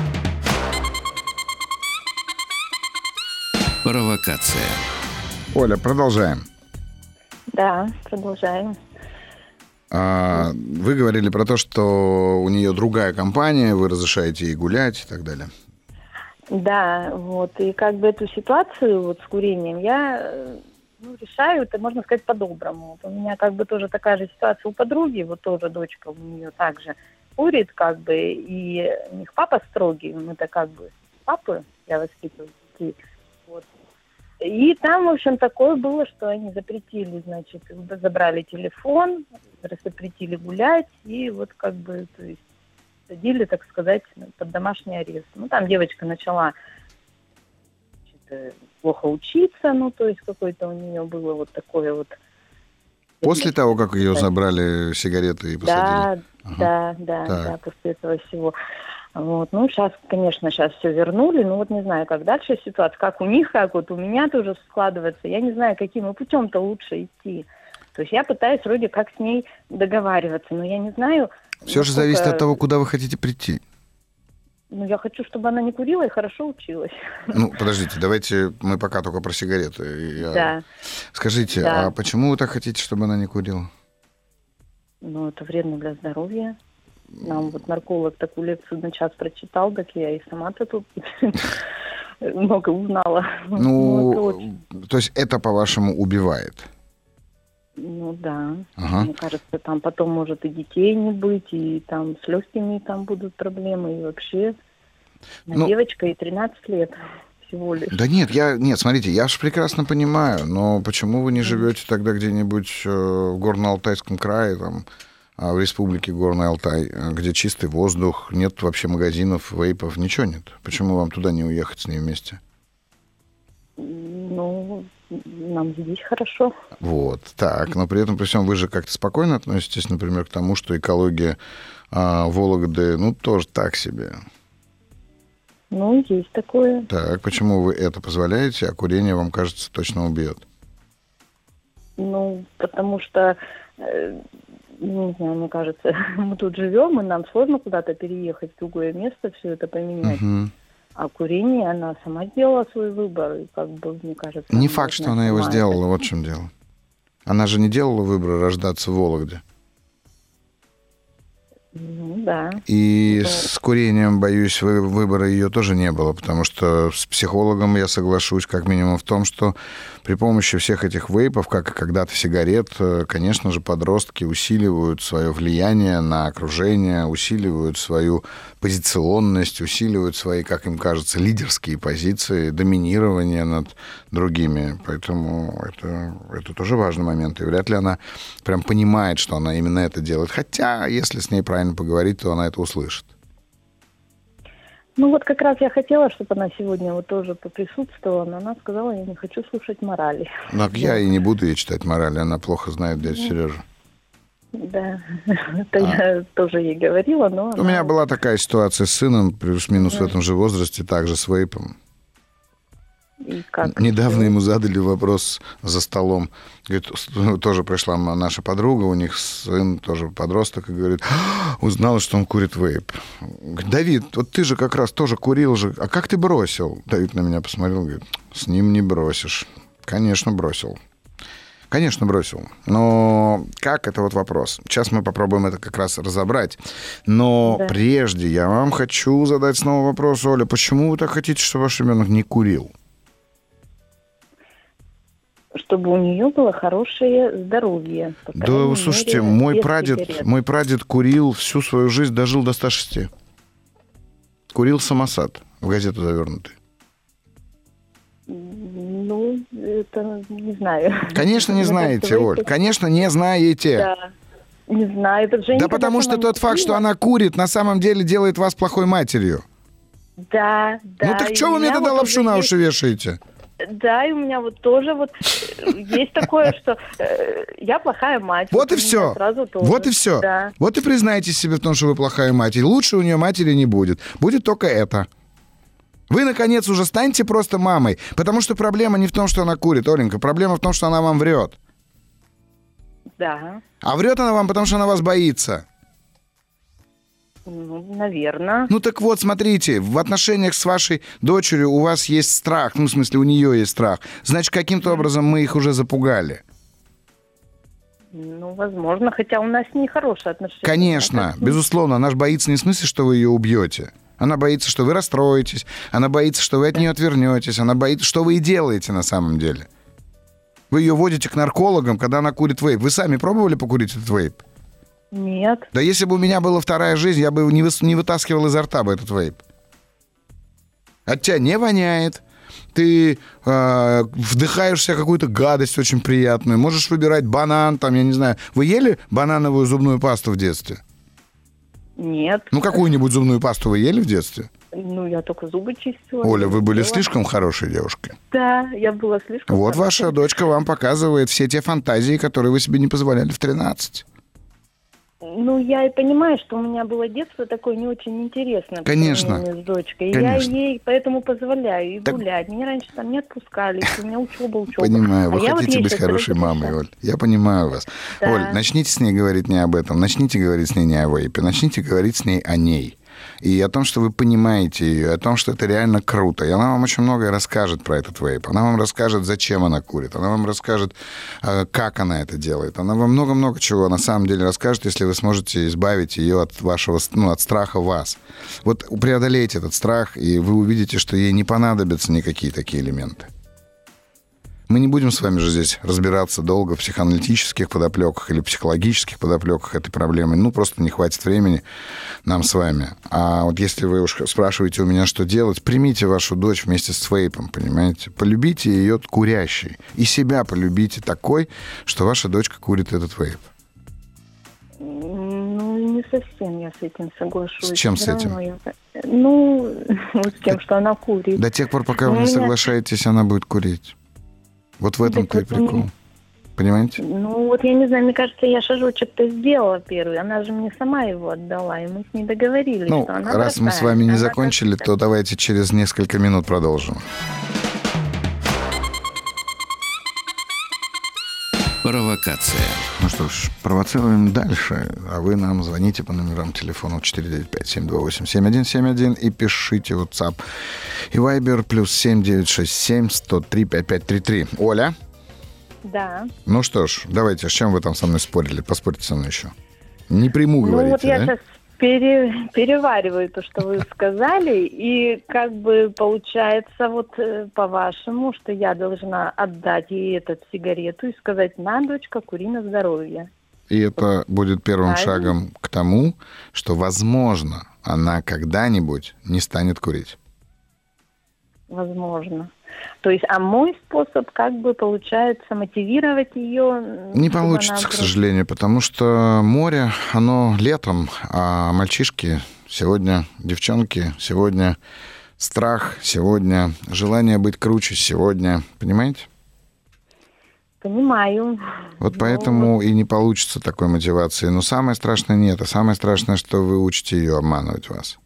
Провокация. Оля, продолжаем. Да, продолжаем. А, вы говорили про то, что у нее другая компания, вы разрешаете ей гулять и так далее. Да, вот. И как бы эту ситуацию вот с курением я ну, решаю, это можно сказать по-доброму. Вот у меня как бы тоже такая же ситуация у подруги, вот тоже дочка у нее также курит, как бы, и у них папа строгий, мы-то как бы папы, я воспитываю детей. Вот. И там, в общем, такое было, что они запретили, значит, забрали телефон, запретили гулять, и вот как бы, то есть, садили, так сказать, под домашний арест. Ну, там девочка начала значит, плохо учиться, ну, то есть, какое-то у нее было вот такое вот... После того, как ее забрали сигареты и посадили? Да, ага. да, да, так. да, после этого всего. Вот. Ну, сейчас, конечно, сейчас все вернули, но вот не знаю, как дальше ситуация, как у них, как вот у меня тоже складывается. Я не знаю, каким путем-то лучше идти. То есть я пытаюсь вроде как с ней договариваться, но я не знаю... Все же зависит от того, куда вы хотите прийти. Ну, я хочу, чтобы она не курила и хорошо училась. Ну, подождите, давайте мы пока только про сигареты. Я... Да. Скажите, да. а почему вы так хотите, чтобы она не курила? Ну, это вредно для здоровья. Нам вот нарколог такую лекцию на час прочитал, так я и сама-то тут много узнала. Ну, то есть это, по-вашему, убивает? Ну, да. Ага. Мне кажется, там потом может и детей не быть, и там с легкими там будут проблемы, и вообще. Ну, девочка, и тринадцать лет всего лишь. Да нет, я, нет, смотрите, я же прекрасно понимаю, но почему вы не живете тогда где-нибудь в Горно-Алтайском крае, там, в республике Горный Алтай, где чистый воздух, нет вообще магазинов, вейпов, ничего нет? Почему вам туда не уехать с ней вместе? Ну, нам здесь хорошо. Вот, так, но при этом, при всем, вы же как-то спокойно относитесь, например, к тому, что экология а, Вологды, ну, тоже так себе. Ну, есть такое. Так, почему вы это позволяете, а курение, вам кажется, точно убьет? Ну, потому что, э, не знаю, мне кажется, мы тут живем, и нам сложно куда-то переехать в другое место, все это поменять. Угу. А курение, она сама сделала свой выбор, и как бы, мне кажется... Не факт, что она его сделала, вот в чем дело. Она же не делала выбора рождаться в Вологде. Ну, да. И да. с курением, боюсь, выбора ее тоже не было, потому что с психологом я соглашусь как минимум в том, что при помощи всех этих вейпов, как и когда-то сигарет, конечно же, подростки усиливают свое влияние на окружение, усиливают свою позиционность, усиливают свои, как им кажется, лидерские позиции, доминирование над другими. Поэтому это, это тоже важный момент. И вряд ли она прям понимает, что она именно это делает. Хотя, если с ней правильно поговорить, то она это услышит. Ну вот как раз я хотела, чтобы она сегодня вот тоже поприсутствовала, но она сказала, я не хочу слушать морали. Ну, я и не буду ей читать морали, она плохо знает дядю Сережу. Да, это а. я тоже ей говорила, но... У она... меня была такая ситуация с сыном, плюс-минус да. в этом же возрасте, также с вейпом. И как? Недавно ему задали вопрос за столом. Говорит, тоже пришла наша подруга, у них сын тоже подросток, и говорит, узнала, что он курит вейп. Говорит, Давид, вот ты же как раз тоже курил же, а как ты бросил? Давид на меня посмотрел, говорит, с ним не бросишь. Конечно, бросил. Конечно, бросил. Но как, это вот вопрос. Сейчас мы попробуем это как раз разобрать. Но да. прежде я вам хочу задать снова вопрос, Оля, почему вы так хотите, чтобы ваш ребенок не курил? Чтобы у нее было хорошее здоровье. Да, вы слушайте, мой прадед, мой прадед курил всю свою жизнь, дожил до ста шести. Курил самосад, в газету завернутый. Ну, это не знаю. Конечно, не знаете, Оль. Конечно, не знаете. Да, не знаю. Это Женя, да потому что тот факт, что она курит, на самом деле делает вас плохой матерью. Да, да. Ну так что вы мне тогда лапшу на уши вешаете? Да, и у меня вот тоже вот есть такое, что э, я плохая мать. Вот, вот и все. Вот и все. Да. Вот и признайтесь себе в том, что вы плохая мать. И лучше у нее матери не будет. Будет только это. Вы, наконец, уже станьте просто мамой. Потому что проблема не в том, что она курит, Оленька. Проблема в том, что она вам врет. Да. А врет она вам, потому что она вас боится. Ну, наверное. Ну так вот, смотрите, в отношениях с вашей дочерью у вас есть страх, ну, в смысле, у нее есть страх. Значит, каким-то образом мы их уже запугали. Ну, возможно, хотя у нас с ней хорошие отношения. Конечно, безусловно, она же боится не в смысле, что вы ее убьете. Она боится, что вы расстроитесь, она боится, что вы от нее отвернетесь, она боится, что вы и делаете на самом деле. Вы ее водите к наркологам, когда она курит вейп. Вы сами пробовали покурить этот вейп? Нет. Да если бы у меня была вторая жизнь, я бы не, вы, не вытаскивал изо рта бы этот вейп. От тебя не воняет. Ты э, вдыхаешь в себя какую-то гадость очень приятную. Можешь выбирать банан, там, я не знаю. Вы ели банановую зубную пасту в детстве? Нет. Ну, какую-нибудь зубную пасту вы ели в детстве? Ну, я только зубы чистила. Оля, вы были слишком хорошей девушкой. Да, я была слишком Вот хорошей. Ваша дочка вам показывает все те фантазии, которые вы себе не позволяли в тринадцать. Ну, я и понимаю, что у меня было детство такое не очень интересное. Конечно. С дочкой. И Конечно. я ей поэтому позволяю и так... гулять. Меня раньше там не отпускали, у меня учеба, учеба. Понимаю, вы а хотите вот быть хорошей мамой, Оль. Я понимаю вас. Да. Оль, начните с ней говорить не об этом, начните говорить с ней не о вейпе, начните говорить с ней о ней. и о том, что вы понимаете ее, о том, что это реально круто. И она вам очень многое расскажет про этот вейп. Она вам расскажет, зачем она курит. Она вам расскажет, как она это делает. Она вам много-много чего на самом деле расскажет, если вы сможете избавить ее от вашего, ну, от страха вас. Вот преодолейте этот страх, и вы увидите, что ей не понадобятся никакие такие элементы. Мы не будем с вами же здесь разбираться долго в психоаналитических подоплеках или психологических подоплеках этой проблемы. Ну, просто не хватит времени нам с вами. А вот если вы уж спрашиваете у меня, что делать, примите вашу дочь вместе с вейпом, понимаете? Полюбите ее курящей. И себя полюбите такой, что ваша дочка курит этот вейп. Ну, не совсем я с этим соглашусь. С чем с этим? Я... Ну, с тем, что она курит. До тех пор, пока вы не соглашаетесь, она будет курить. Вот в этом-то и прикол. Понимаете? Ну, вот я не знаю, мне кажется, я шажочек-то сделала первый. Она же мне сама его отдала, и мы с ней договорились, ну, что она раз бросает. мы с вами не она закончили, то давайте через несколько минут продолжим. Провокация. Ну что ж, провоцируем дальше. А вы нам звоните по номерам телефона четыре девять пять семь два восемь семь один семь один и пишите WhatsApp и Viber плюс семь девять шесть семь сто три пять пять три три. Оля? Да. Ну что ж, давайте, с чем вы там со мной спорили? Поспорьте со мной еще. Не приму, ну, говорите, вот я да? сейчас пере, перевариваю то, что вы сказали, и как бы получается вот по-вашему, что я должна отдать ей эту сигарету и сказать: на, дочка, кури на здоровье. И это будет первым Правильно. шагом к тому, что, возможно, она когда-нибудь не станет курить. Возможно. То есть, а мой способ, как бы, получается, мотивировать ее... Не получится, она... к сожалению, потому что море, оно летом, а мальчишки сегодня, девчонки, сегодня страх, сегодня желание быть круче, сегодня, понимаете? Понимаю. Вот Но... поэтому и не получится такой мотивации. Но самое страшное не это. Самое страшное, что вы учите ее обманывать вас.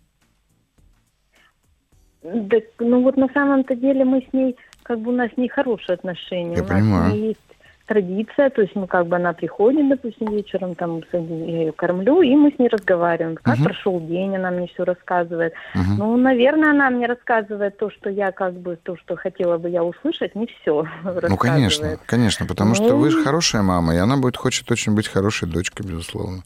Да, ну вот на самом-то деле мы с ней, как бы у нас не хорошие отношения. Я у понимаю. нас с ней есть традиция, то есть мы как бы она приходит, допустим, вечером, там я ее кормлю, и мы с ней разговариваем. Как uh-huh. прошел день, она мне все рассказывает. Uh-huh. Ну, наверное, она мне рассказывает то, что я как бы, то, что хотела бы я услышать, не все рассказывает. Ну, конечно, конечно, потому ну... что вы же хорошая мама, и она будет хочет очень быть хорошей дочкой, безусловно.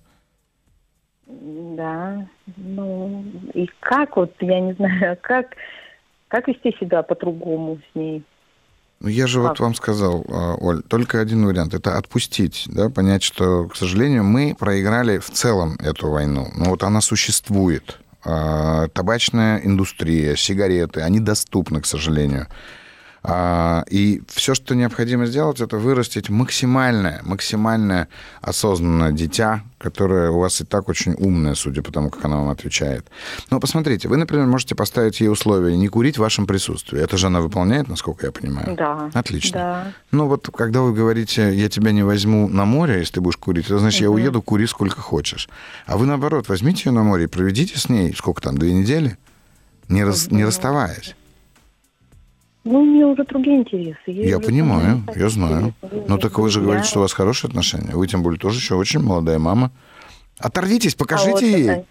Да, ну, и как вот, я не знаю, как, как вести себя по-другому с ней? Ну, я же как? вот вам сказал, Оль, только один вариант, это отпустить, да, понять, что, к сожалению, мы проиграли в целом эту войну, но вот она существует. Табачная индустрия, сигареты, они доступны, к сожалению. И все, что необходимо сделать, это вырастить максимальное, максимальное осознанное дитя, которое у вас и так очень умное, судя по тому, как она вам отвечает. Но посмотрите, вы, например, можете поставить ей условие не курить в вашем присутствии. Это же она выполняет, насколько я понимаю? Да. Отлично. Да. Ну вот, когда вы говорите, я тебя не возьму на море, если ты будешь курить, это значит, угу. я уеду, кури сколько хочешь. А вы, наоборот, возьмите ее на море и проведите с ней, сколько там, две недели, не, рас, угу. не расставаясь. Ну, у нее уже другие интересы. Ей я понимаю, я знаю. Интересы. Ну, так вы же я... говорите, что у вас хорошие отношения. Вы, тем более, тоже еще очень молодая мама. Оторвитесь, покажите а вот ей. Это...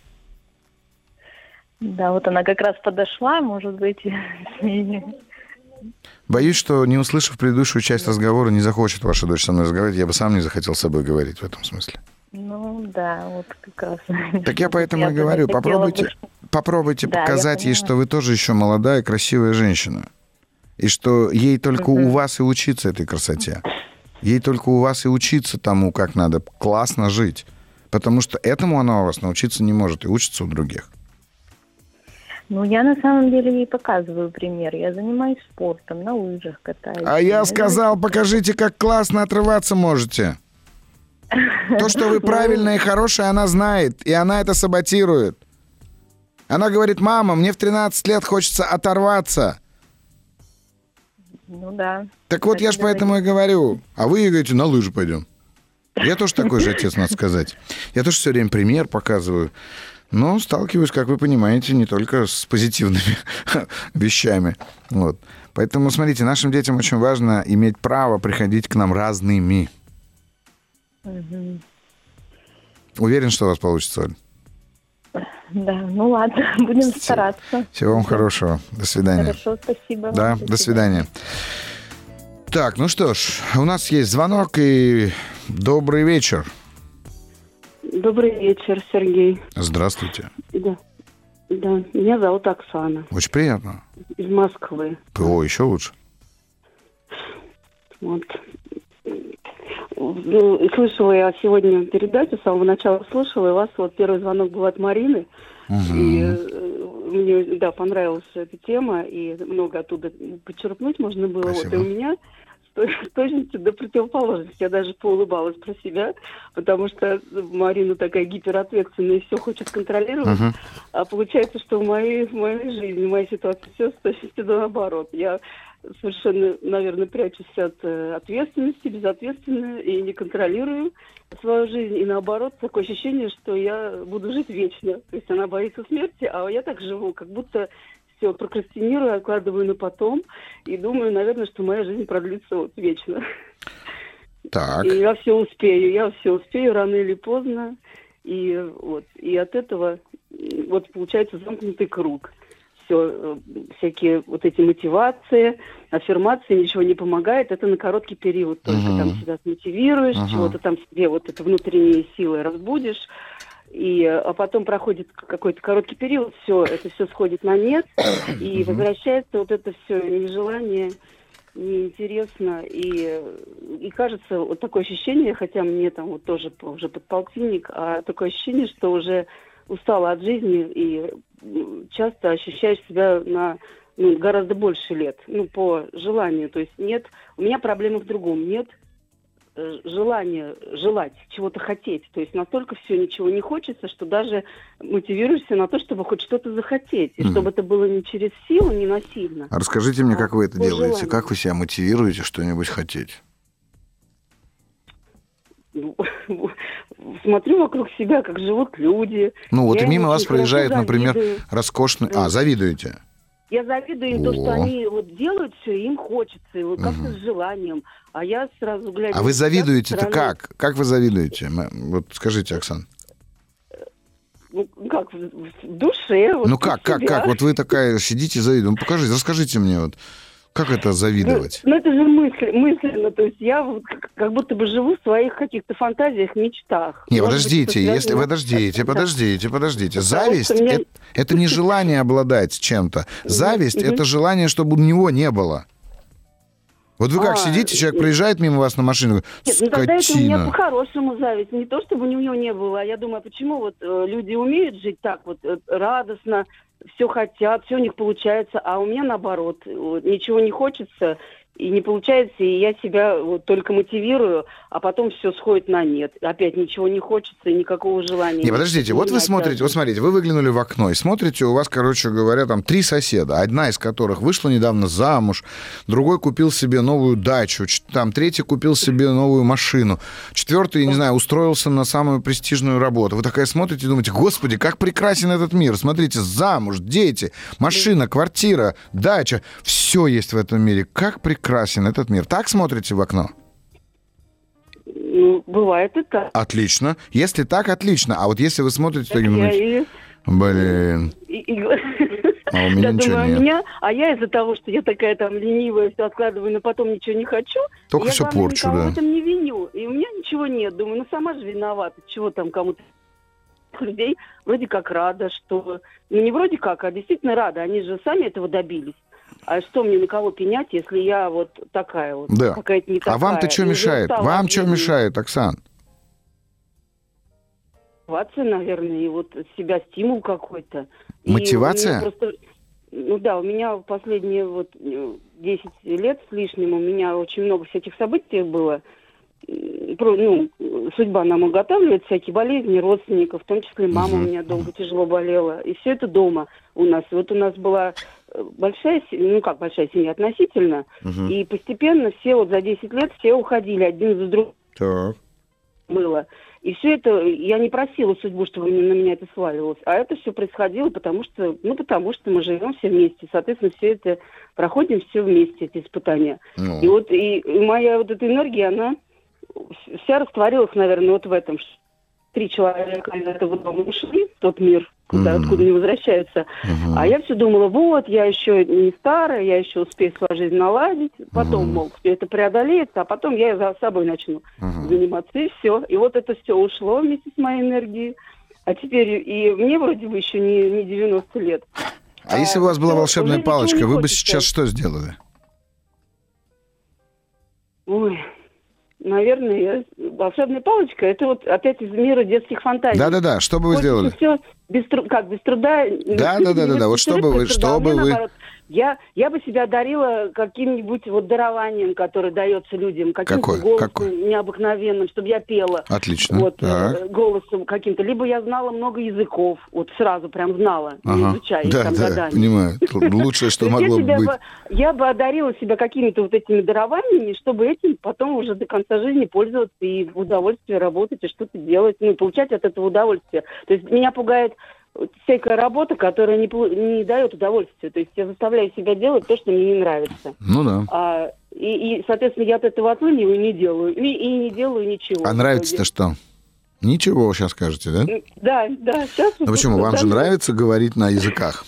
Да, вот она как раз подошла, может быть, с ней... Боюсь, что, не услышав предыдущую часть разговора, не захочет ваша дочь со мной разговаривать. Я бы сам не захотел с собой говорить в этом смысле. Ну, да, вот как раз. Так я поэтому я и говорю, попробуйте, бы... попробуйте да, показать ей, что вы тоже еще молодая, красивая женщина. И что ей только uh-huh. у вас и учиться этой красоте. Ей только у вас и учиться тому, как надо классно жить. Потому что этому она у вас научиться не может и учится у других. Ну, я на самом деле ей показываю пример. Я занимаюсь спортом, на лыжах катаюсь. А я сказал, покажите, как классно отрываться можете. То, что вы правильная и хорошая, она знает, и она это саботирует. Она говорит: мама, мне в тринадцать лет хочется оторваться. Ну да. Так вот, я же поэтому и говорю. А вы говорите, на лыжи пойдем. Я тоже такой же отец, надо сказать. Я тоже все время пример показываю. Но сталкиваюсь, как вы понимаете, не только с позитивными вещами. Вот. Поэтому, смотрите, нашим детям очень важно иметь право приходить к нам разными. Угу. Уверен, что у вас получится, Оль? Да, ну ладно, будем стараться. Всего вам хорошего. До свидания. Хорошо, спасибо. Да, до свидания. Так, ну что ж, у нас есть звонок, и добрый вечер. Добрый вечер, Сергей. Здравствуйте. Да, да, меня зовут Оксана. Очень приятно. Из Москвы. О, еще лучше. Вот. Ну, слышала я сегодня передачу, с самого начала слушала, и у вас вот первый звонок был от Марины. Угу. И э, мне, да, понравилась эта тема, и много оттуда подчеркнуть можно было. Спасибо. Вот, и у меня с точностью до противоположности. Я даже поулыбалась про себя, потому что Марина такая гиперответственная и все хочет контролировать. Uh-huh. А получается, что в моей, в моей жизни, в моей ситуации все с точностью до наоборот. Я совершенно, наверное, прячусь от э, ответственности, безответственная и не контролирую свою жизнь. И наоборот, такое ощущение, что я буду жить вечно. То есть она боится смерти, а я так живу, как будто все прокрастинирую, откладываю на потом и думаю, наверное, что моя жизнь продлится вот вечно. Так. И я все успею, я все успею рано или поздно. И вот, и от этого вот получается замкнутый круг. Все, всякие вот эти мотивации, аффирмации, ничего не помогает. Это на короткий период. Только uh-huh. там себя мотивируешь, uh-huh. чего-то там себе вот это внутренние силы разбудишь. И, а потом проходит какой-то короткий период, все, это все сходит на нет, и возвращается вот это все нежелание, неинтересно, и, и кажется, вот такое ощущение, хотя мне там вот тоже уже подполтинник, а такое ощущение, что уже устала от жизни и часто ощущаешь себя на ну, гораздо больше лет, ну, по желанию, то есть нет, у меня проблема в другом, нет желание желать, чего-то хотеть. То есть настолько все ничего не хочется, что даже мотивируешься на то, чтобы хоть что-то захотеть. И mm. чтобы это было не через силу, не насильно. А расскажите мне, как а вы это делаете? желанию. Как вы себя мотивируете что-нибудь хотеть? Ну, смотрю вокруг себя, как живут люди. Ну вот Я и мимо вас проезжает, завидую. например, роскошный... А, завидуете? Я завидую им О. то, что они вот делают все, им хочется, и вот как-то угу. с желанием. А я сразу глядя... А вы завидуете-то стороны... как? Как вы завидуете? Вот скажите, Оксан. Ну, как, в душе. Вот ну как, как, как? Вот вы такая сидите, завидуете. Ну покажите, расскажите мне, вот, как это завидовать? Ну, ну это же мысль, мысленно. То есть я вот как будто бы живу в своих каких-то фантазиях, мечтах. Не, Может подождите, быть, если подождите, да. подождите, подождите. Зависть меня... это, это не желание обладать чем-то. Зависть mm-hmm. это желание, чтобы у него не было. Вот вы как а, сидите, человек нет. проезжает мимо вас на машину, нет, ну тогда это у меня по-хорошему зависть. Не то, чтобы у него не было. А я думаю, почему вот э, люди умеют жить так вот э, радостно, все хотят, все у них получается, а у меня наоборот. Вот, ничего не хочется и не получается, и я себя вот только мотивирую, а потом все сходит на нет. Опять ничего не хочется и никакого желания. Не, подождите, вот вы смотрите, даже. вот смотрите, вы выглянули в окно и смотрите, у вас, короче говоря, там три соседа, одна из которых вышла недавно замуж, другой купил себе новую дачу, там третий купил себе новую машину, четвертый, я не знаю, устроился на самую престижную работу. Вы такая смотрите и думаете, господи, как прекрасен этот мир. Смотрите, замуж, дети, машина, квартира, дача, все есть в этом мире. Как прекрасно. Прекрасен этот мир. Так смотрите в окно? Ну, бывает и так. Отлично. Если так, отлично. А вот если вы смотрите... Так я и... Блин. И, и... А у меня я ничего думаю, нет. Меня... А я из-за того, что я такая там ленивая, все откладываю, но потом ничего не хочу. Только я, все главное, порчу, никого да. в этом не виню. И у меня ничего нет. Думаю, ну сама же виновата. Чего там кому-то... Людей вроде как рада, что... Ну не вроде как, а действительно рада. Они же сами этого добились. А что мне на кого пенять, если я вот такая вот, да. какая-то не такая? А вам-то что мешает? Вам что мешает, Оксан? Мотивация, наверное, и вот себя стимул какой-то. Мотивация? Просто, ну да, у меня в последние вот десять лет с лишним, у меня очень много всяких событий было. Ну, судьба нам уготавливает всякие болезни родственников, в том числе мама uh-huh. у меня долго тяжело болела. И все это дома у нас. Вот у нас была большая семья, ну как большая семья относительно, uh-huh. и постепенно все вот за десять лет все уходили один за другим. Так. Было. И все это, я не просила судьбу, чтобы на меня это сваливалось, а это все происходило, потому что, ну, потому что мы живем все вместе, соответственно, все это, проходим все вместе, эти испытания. Uh-huh. И вот и, и моя вот эта энергия, она вся растворилась, наверное, вот в этом. три человека из этого дома ушли в тот мир, куда, Мгм. откуда не возвращаются. Мгм. А я все думала, вот, я еще не старая, я еще успею свою жизнь наладить, потом, Мгм. мол, все это преодолеется, а потом я за собой начну Мгм. заниматься, и все. И вот это все ушло вместе с моей энергией. А теперь и мне вроде бы еще не, не девяносто лет. А если бы у вас была всё, волшебная уже ничего палочка, не вы бы хочется. сейчас что сделали? Ой, наверное, я... волшебная палочка, это вот опять из мира детских фантазий. Да-да-да, что бы вы сделали? Все без, тру- как, без труда... Да-да-да-да-да, вот что бы вы- без труда. что А мне бы вы- наоборот, Я, я бы себя одарила каким-нибудь вот дарованием, которое дается людям, каким-то Какое? голосом Какое? необыкновенным, чтобы я пела. Отлично. Вот, Так. э, голосом каким-то. Либо я знала много языков, вот сразу прям знала, не Ага. изучая их Да, там да, годами. понимаю. Лучшее, что То есть я могло бы себя быть. бы- я бы одарила себя какими-то вот этими дарованиями, чтобы этим потом уже до конца жизни пользоваться и в удовольствие работать, и что-то делать, ну, и получать от этого удовольствие. То есть меня пугает всякая работа, которая не, пл- не дает удовольствия. То есть я заставляю себя делать то, что мне не нравится. Ну да. А, и, и, соответственно, я от этого отлыниваю и не делаю. И, и не делаю ничего. А нравится-то что? Ничего, вы сейчас скажете, да? Да, да. Сейчас Ну почему? Вам же нравится говорить на языках?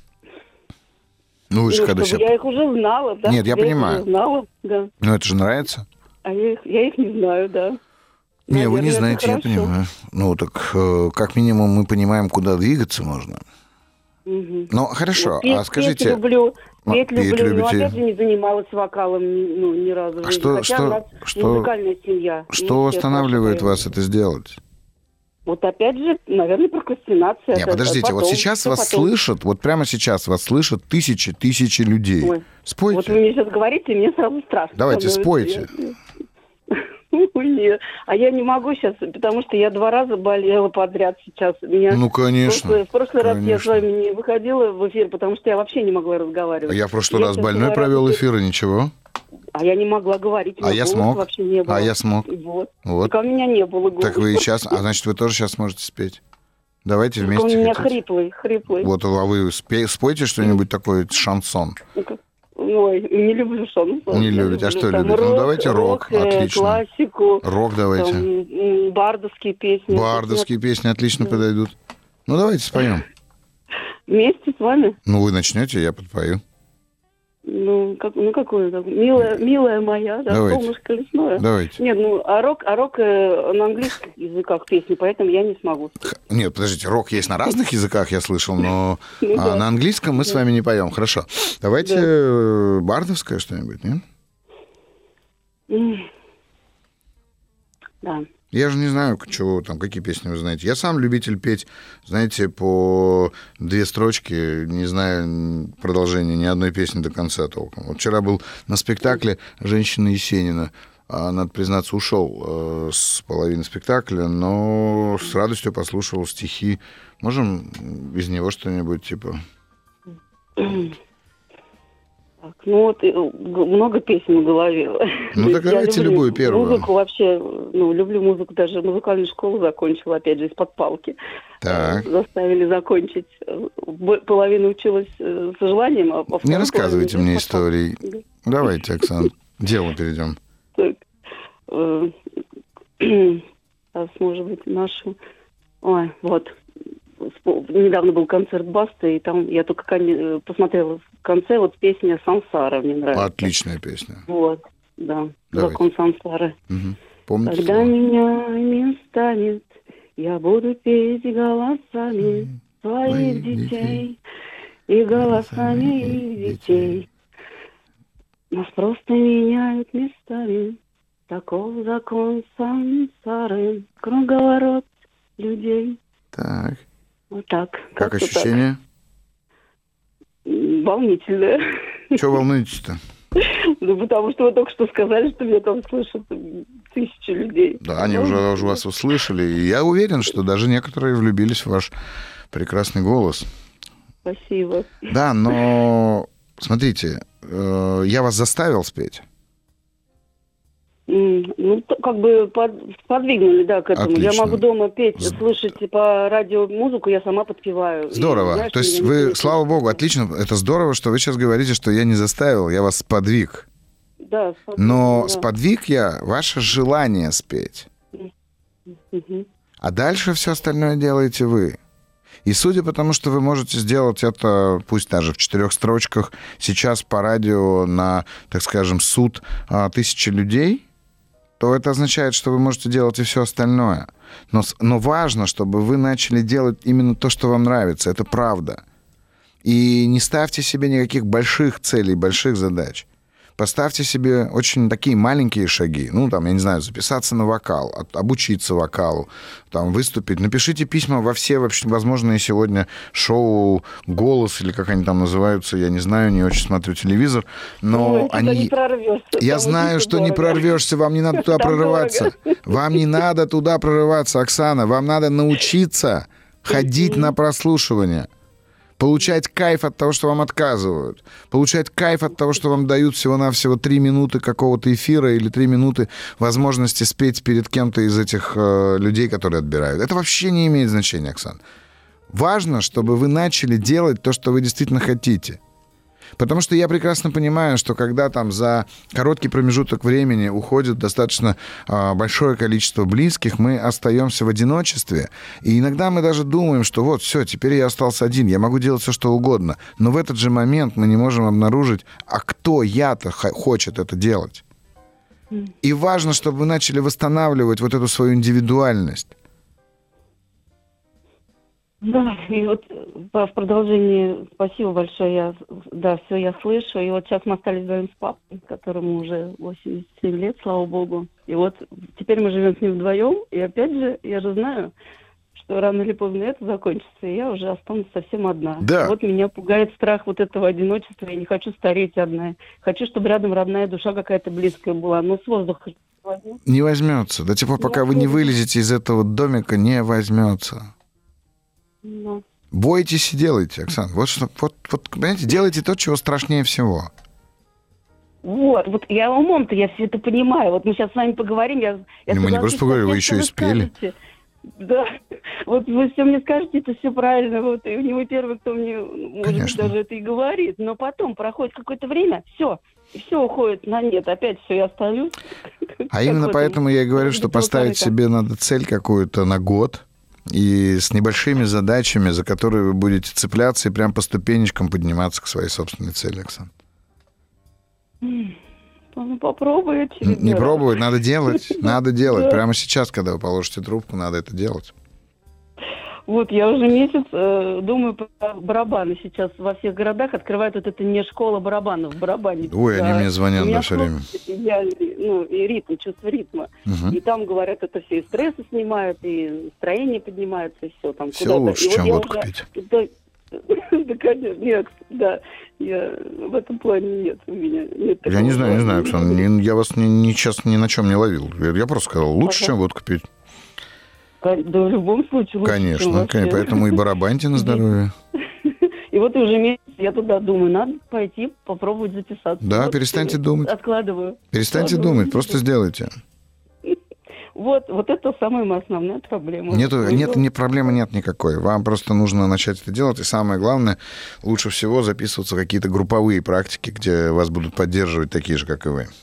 Ну вы же Ну, когда чтобы себя... я их уже знала, да. Нет, я их понимаю. уже знала, да. Ну это же нравится? А я их, я их не знаю, да. Не, вы не Наверное, это знаете, я хорошо. понимаю. Ну так э, как минимум мы понимаем, куда двигаться можно. Мгм. Ну хорошо, Вот петь- а скажите... Петь люблю, А, петь петь люблю, но любите? опять же не занималась вокалом ни- ну, ни разу. в А жизни. что- Хотя что- у нас что- музыкальная семья. Что Мы все останавливает хорошо вас поем. это сделать? Вот опять же, наверное, прокрастинация. Не, Это- подождите, потом, вот сейчас всё вас потом. слышат, вот прямо сейчас вас слышат тысячи, тысячи людей. Ой, Спойте. Вот вы мне сейчас говорите, и мне сразу страшно. Давайте, становится. спойте. Я- Ой, нет. А я не могу сейчас, потому что я два раза болела подряд сейчас. Меня Ну, в прошлый, конечно. в прошлый раз я с конечно. вами не выходила в эфир, потому что я вообще не могла разговаривать. Я в прошлый Я раз сейчас больной говорю, провел что- эфир, и ничего. А я не могла говорить. у А меня я голоса смог. Вообще не было. А я смог. Вот. Вот. Так а у меня не было голоса. Так вы и сейчас... А значит, вы тоже сейчас можете спеть. Давайте Так вместе он у меня хотите. хриплый, хриплый. Вот, а вы спе- спойте что-нибудь такое, шансон. Ой, не люблю шансон. Не Я любите. А люблю что там любите? Ну, рок, давайте рок. э, Отлично. классику, Рок там, давайте. м, бардовские песни. Бардовские песни отлично подойдут. Ну, давайте споем. Вместе с вами? Ну, вы начнете, я подпою. Ну, как, ну какое? как- Милая, милая моя, да, Давайте. солнышко лесное. Давайте. Нет, ну, а рок, а рок э, на английских языках песни, поэтому я не смогу. Х- Нет, подождите, рок есть на разных языках, я слышал, но Ну а, да. на английском мы с вами не поем. Хорошо. Давайте Да. э, бардовское что-нибудь, нет? М. Да. Я же не знаю, чего там, какие песни вы знаете. Я сам любитель петь, знаете, по две строчки, не знаю продолжения ни одной песни до конца толком. Вот вчера был на спектакле «Женщина Есенина». А, надо признаться, ушел э, с половины спектакля, но с радостью послушал стихи. Можем из него что-нибудь типа... Так, ну вот э, г- много песен в голове. Ну, То так есть я давайте люблю любую первую. Музыку вообще, ну, люблю музыку, даже музыкальную школу закончила, опять же, из-под палки. Так. Э, Заставили закончить. Э, б- Половину училась э, с желанием, а а Не вторую рассказывайте половину мне из-под палки. историй. Давайте, Оксана, к делу перейдем. Так, э, сейчас, может быть, нашу... Ой, вот. Спо- Недавно был концерт Басты, и там я только кон- э, посмотрела в конце вот песня «Сансара» мне нравится. Отличная песня. Вот, да, Давайте. «Закон Сансары». Мгм. Помните Когда слово? меня не станет, я буду петь голосами своих Своих детей детей. и голосами их детей. Нас просто меняют местами, таков закон сансары, круговорот людей. Так. Вот так. Как Как-то ощущение? так. М, Волнительно. Чего волнуетесь-то? Ну, потому что вы только что сказали, что меня там слышат м, тысячи людей. Да, они уже, уже вас услышали. И я уверен, что даже некоторые влюбились в ваш прекрасный голос. Спасибо. Да, но смотрите, э, я вас заставил спеть. М, Ну, т- как бы под- сподвигнули, да, к этому. Отлично. Я могу дома петь, З- слушать по радио музыку, я сама подпеваю. И, Здорово. знаешь, То есть меня никто вы, не слава слышит. богу, отлично. Это здорово, что вы сейчас говорите, что я не заставил, я вас сподвиг. Да, спасибо, Но да. сподвиг я ваше желание спеть. Мгм. А дальше все остальное делаете вы. И судя по тому, что вы можете сделать это, пусть даже в четырех строчках, сейчас по радио на, так скажем, суд тысячи людей, то это означает, что вы можете делать и все остальное. Но, но важно, чтобы вы начали делать именно то, что вам нравится. Это правда. И не ставьте себе никаких больших целей, больших задач. Поставьте себе очень такие маленькие шаги. Ну, там, я не знаю, записаться на вокал, обучиться вокалу, там, выступить. Напишите письма во все вообще возможные сегодня шоу «Голос» или как они там называются, я не знаю, не очень смотрю телевизор. Но Ой, они... не прорвешься. Я знаю, что дорого. Не прорвешься, вам не надо туда там прорываться. Дорого. Вам не надо туда прорываться, Оксана. Вам надо научиться ходить на прослушивание. Получать кайф от того, что вам отказывают. Получать кайф от того, что вам дают всего-навсего три минуты какого-то эфира или три минуты возможности спеть перед кем-то из этих э, людей, которые отбирают. Это вообще не имеет значения, Оксана. Важно, чтобы вы начали делать то, что вы действительно хотите. Потому что я прекрасно понимаю, что когда там за короткий промежуток времени уходит достаточно э, большое количество близких, мы остаемся в одиночестве. И иногда мы даже думаем, что вот, все, теперь я остался один, я могу делать все, что угодно. Но в этот же момент мы не можем обнаружить, а кто я-то х- хочет это делать. И важно, чтобы вы начали восстанавливать вот эту свою индивидуальность. Да, и вот в продолжении, спасибо большое, я, да, все я слышу, и вот сейчас мы остались вдвоем с папой, которому уже восемьдесят семь лет, слава богу, и вот теперь мы живем с ним вдвоем, и опять же, я же знаю, что рано или поздно это закончится, и я уже останусь совсем одна. Да. Вот меня пугает страх вот этого одиночества, я не хочу стареть одна, хочу, чтобы рядом родная душа какая-то близкая была, но с воздуха возьмет. Не возьмется, до тех пор, пока не вы не вылезете из этого домика, не возьмется. No. Бойтесь и делайте, Оксана. Вот что, вот, вот, понимаете, делайте то, чего страшнее всего. Вот, вот я умом-то, я все это понимаю. Вот мы сейчас с вами поговорим, я... я мы не просто поговорим, вы еще и спели. Скажете. Да, вот вы все мне скажете, это все правильно, вот, и не вы первый, кто мне, может быть, даже это и говорит, но потом проходит какое-то время, все, и все уходит на нет, опять все, я остаюсь. А именно поэтому я и говорю, что поставить себе надо цель какую-то на год, и с небольшими задачами, за которые вы будете цепляться и прям по ступенечкам подниматься к своей собственной цели, Оксана. Ну, попробуйте. Не пробовать, надо делать. Надо делать. Прямо сейчас, когда вы положите трубку, надо это делать. Вот, я уже месяц э, думаю про барабаны. Сейчас во всех городах открывают вот это не школа барабанов, барабанить. Ой, да. Они мне звонят, да, все время. Я, ну, и ритм, чувство ритма. Угу. И там, говорят, это все и стрессы снимают, и настроение поднимается, и все там все куда-то. лучше, и чем вот водку уже... пить. Да, конечно, нет, да. Я в этом плане нет у меня. Нет я не знаю, не знаю, Оксана, я вас ни, ни, сейчас ни на чем не ловил. Я просто сказал, лучше, ага. чем водку пить. Да, в любом случае лучше. Конечно, конечно, поэтому и барабаньте на здоровье. И вот уже месяц я туда думаю, надо пойти попробовать записаться. Да, вот перестаньте думать. Откладываю. Перестаньте Откладываю. думать, просто сделайте. Вот, вот это самая моя основная проблема. Нету, нет, нет, проблемы нет никакой. Вам просто нужно начать это делать. И самое главное, лучше всего записываться в какие-то групповые практики, где вас будут поддерживать такие же, как и вы.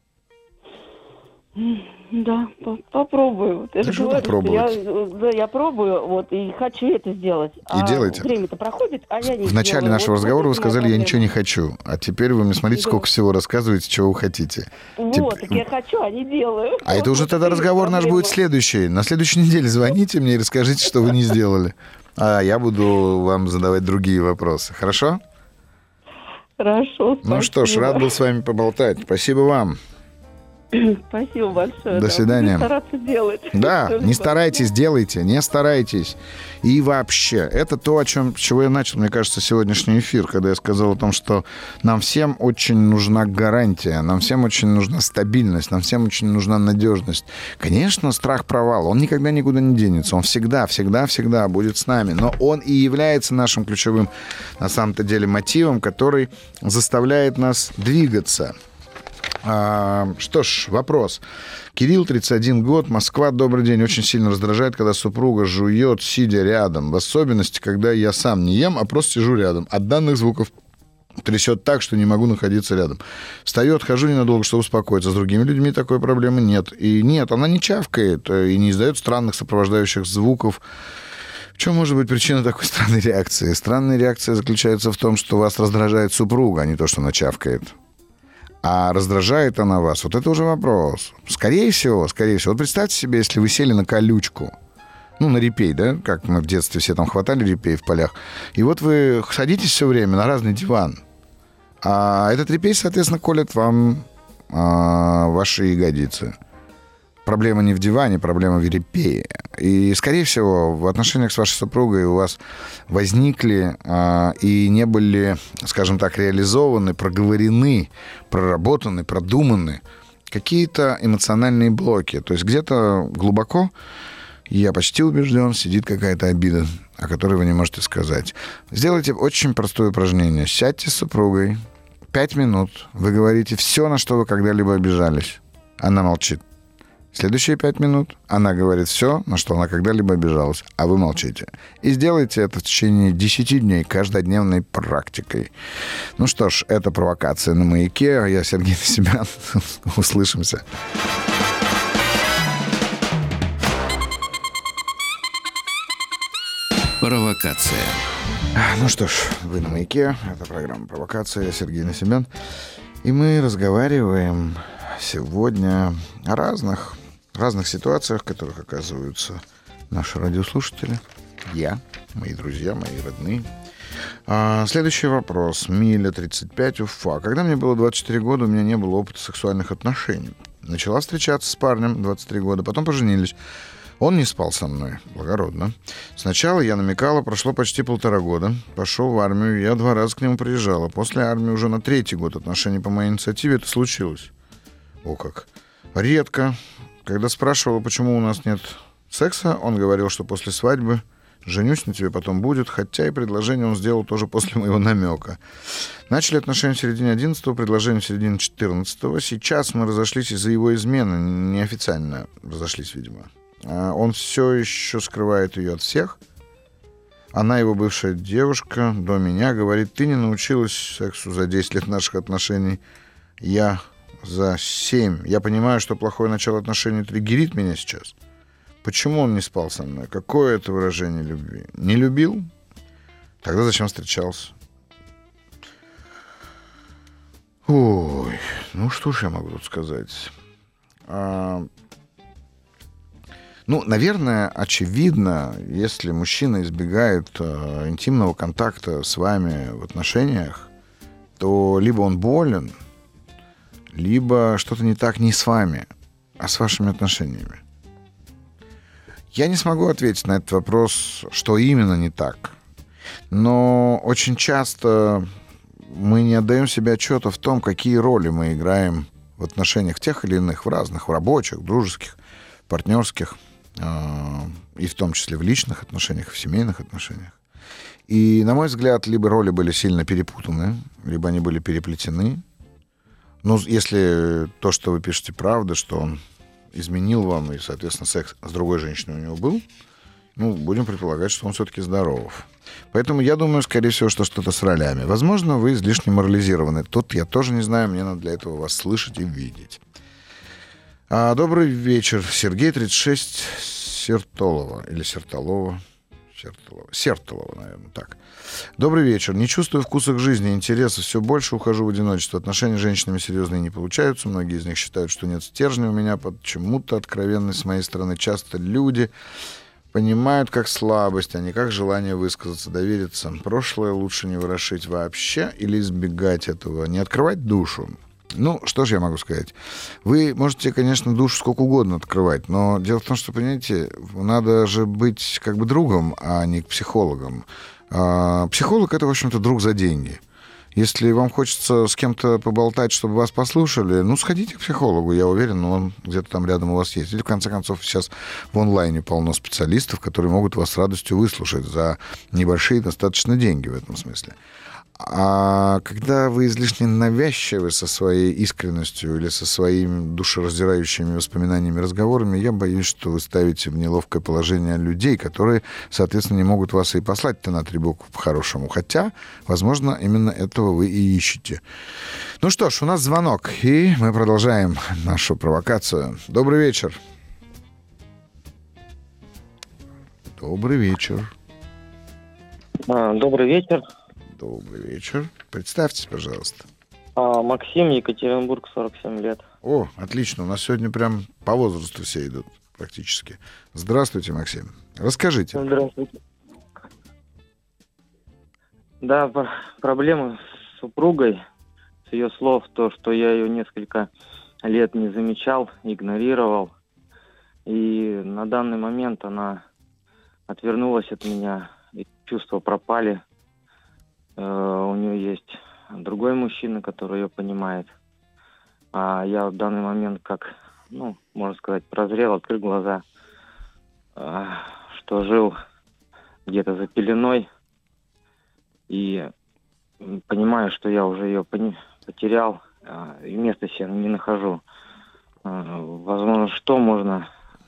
Да, попробую. Вот я да же говорю, что я, да, я пробую, вот, и хочу это сделать. И а делайте. Время-то проходит, а я не В начале делаю. нашего вот, разговора вот вы сказали, я ничего не хочу. А теперь вы мне смотрите, да. сколько всего рассказываете, чего вы хотите. Вот, Теп... так я хочу, а не делаю. А вот это уже тогда разговор наш будет следующий. На следующей неделе звоните мне и расскажите, что вы не сделали. А я буду вам задавать другие вопросы. Хорошо? Хорошо, спасибо. Ну что ж, рад был с вами поболтать. Спасибо вам. Спасибо большое. До да. свидания. Буду стараться делать. Да, не старайтесь, делайте, не старайтесь. И вообще, это то, о чем, с чего я начал, мне кажется, сегодняшний эфир, когда я сказал о том, что нам всем очень нужна гарантия, нам всем очень нужна стабильность, нам всем очень нужна надежность. Конечно, страх провала, он никогда никуда не денется, он всегда, всегда, всегда будет с нами, но он и является нашим ключевым, на самом-то деле, мотивом, который заставляет нас двигаться. А, что ж, вопрос. Кирилл, тридцать один год, Москва, добрый день. Очень сильно раздражает, когда супруга жует, сидя рядом. В особенности, когда я сам не ем, а просто сижу рядом. От данных звуков Трясет так, что не могу находиться рядом. Встает, хожу ненадолго, чтобы успокоиться. С другими людьми такой проблемы нет. И нет, она не чавкает и не издает странных сопровождающих звуков. В чем может быть причина такой странной реакции? Странная реакция заключается в том, что вас раздражает супруга, а не то, что она чавкает. А раздражает она вас? Вот это уже вопрос. Скорее всего, скорее всего. Вот представьте себе, если вы сели на колючку, ну, на репей, да, как мы в детстве все там хватали репей в полях, и вот вы садитесь все время на разный диван, а этот репей, соответственно, колет вам а, ваши ягодицы. Проблема не в диване, проблема в репее. И, скорее всего, в отношениях с вашей супругой у вас возникли а, и не были, скажем так, реализованы, проговорены, проработаны, продуманы какие-то эмоциональные блоки. То есть где-то глубоко, я почти убежден, сидит какая-то обида, о которой вы не можете сказать. Сделайте очень простое упражнение. Сядьте с супругой, пять минут, вы говорите все, на что вы когда-либо обижались. Она молчит. Следующие пять минут она говорит все, на что она когда-либо обижалась, а вы молчите. И сделайте это в течение десяти дней каждодневной практикой. Ну что ж, это «Провокация на маяке». Я Сергей Насибян. Услышимся. Провокация. Ну что ж, вы на маяке. Это программа «Провокация». Я Сергей Насибян. И мы разговариваем сегодня о разных, разных ситуациях, в которых оказываются наши радиослушатели. Я, мои друзья, мои родные. А, следующий вопрос. Миля, тридцать пять, Уфа. Когда мне было двадцать четыре года, у меня не было опыта сексуальных отношений. Начала встречаться с парнем, двадцать три года, потом поженились. Он не спал со мной, благородно. Сначала я намекала, прошло почти полтора года. Пошел в армию, я два раза к нему приезжала. После армии уже на третий год отношений по моей инициативе это случилось. О как. Редко. Когда спрашивала, почему у нас нет секса, он говорил, что после свадьбы женюсь на тебе, потом будет. Хотя и предложение он сделал тоже после моего намека. Начали отношения в середине одиннадцатого, предложение в середине четырнадцатого. Сейчас мы разошлись из-за его измены. Неофициально разошлись, видимо. Он все еще скрывает ее от всех. Она, его бывшая девушка, до меня говорит: ты не научилась сексу за десять лет наших отношений. Я за семь. Я понимаю, что плохое начало отношений триггерит меня сейчас. Почему он не спал со мной? Какое это выражение любви? Не любил? Тогда зачем встречался? Ой, ну что ж я могу тут сказать? А... Ну, наверное, очевидно, если мужчина избегает э, интимного контакта с вами в отношениях, то либо он болен, либо что-то не так не с вами, а с вашими отношениями. Я не смогу ответить на этот вопрос, что именно не так. Но очень часто мы не отдаем себе отчета в том, какие роли мы играем в отношениях тех или иных, в разных, в рабочих, в дружеских, партнерских, и в том числе в личных отношениях, в семейных отношениях. И, на мой взгляд, либо роли были сильно перепутаны, либо они были переплетены. Ну, если то, что вы пишете, правда, что он изменил вам, и, соответственно, секс с другой женщиной у него был, ну, будем предполагать, что он все-таки здоров. Поэтому я думаю, скорее всего, что что-то с ролями. Возможно, вы излишне морализированы. Тут я тоже не знаю, мне надо для этого вас слышать и видеть. А, добрый вечер. Сергей, тридцать шесть, Сертолова. Или Сертолова. Сертолова. Сертолова, наверное, так. Добрый вечер. Не чувствую вкуса к жизни, интереса все больше, ухожу в одиночество. Отношения с женщинами серьезные не получаются. Многие из них считают, что нет стержня у меня. Почему-то откровенность с моей стороны. Часто люди понимают как слабость, а не как желание высказаться, довериться. Прошлое лучше не ворошить вообще или избегать этого. Не открывать душу. Ну, что же я могу сказать? Вы можете, конечно, душу сколько угодно открывать, но дело в том, что, понимаете, надо же быть как бы другом, а не психологом. А психолог — это, в общем-то, друг за деньги. Если вам хочется с кем-то поболтать, чтобы вас послушали, ну, сходите к психологу, я уверен, он где-то там рядом у вас есть. Или, в конце концов, сейчас в онлайне полно специалистов, которые могут вас с радостью выслушать за небольшие достаточно деньги в этом смысле. А когда вы излишне навязчивы со своей искренностью или со своими душераздирающими воспоминаниями, разговорами, я боюсь, что вы ставите в неловкое положение людей, которые, соответственно, не могут вас и послать-то на три буквы по-хорошему. Хотя, возможно, именно этого вы и ищете. Ну что ж, у нас звонок, и мы продолжаем нашу провокацию. Добрый вечер. Добрый вечер. А, добрый вечер. Добрый вечер. Представьтесь, пожалуйста. А, Максим, Екатеринбург, сорок семь лет. О, отлично. У нас сегодня прям по возрасту все идут практически. Здравствуйте, Максим. Расскажите. Здравствуйте. Да, пр- проблема с супругой, с ее слов, то, что я ее несколько лет не замечал, игнорировал. И на данный момент она отвернулась от меня, и чувства пропали. Uh, у нее есть другой мужчина, который ее понимает. А я в данный момент, как, ну, можно сказать, прозрел, открыл глаза, uh, что жил где-то за пеленой. И понимаю, что я уже ее пони- потерял, uh, и места себе не нахожу. Uh, возможно, что можно,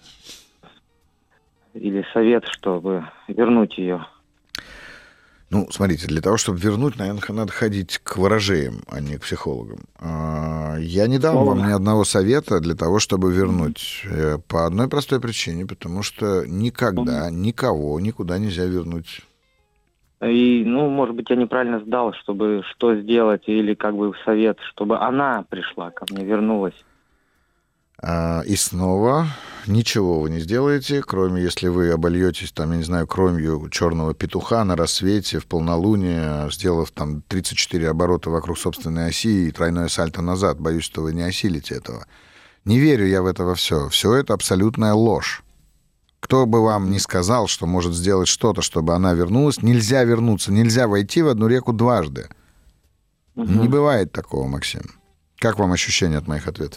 или совет, чтобы вернуть ее. Ну, смотрите, для того, чтобы вернуть, наверное, надо ходить к ворожеям, а не к психологам. Я не дам вам ни одного совета для того, чтобы вернуть. По одной простой причине, потому что никогда никого никуда нельзя вернуть. И, ну, может быть, я неправильно сдал, чтобы что сделать, или как бы совет, чтобы она пришла ко мне, вернулась. И снова ничего вы не сделаете, кроме если вы обольетесь, там, я не знаю, кровью черного петуха на рассвете в полнолуние, сделав там тридцать четыре оборота вокруг собственной оси и тройное сальто назад. Боюсь, что вы не осилите этого. Не верю я в это во все. Все это абсолютная ложь. Кто бы вам ни сказал, что может сделать что-то, чтобы она вернулась, нельзя вернуться, нельзя войти в одну реку дважды. Угу. Не бывает такого, Максим. Как вам ощущение от моих ответов?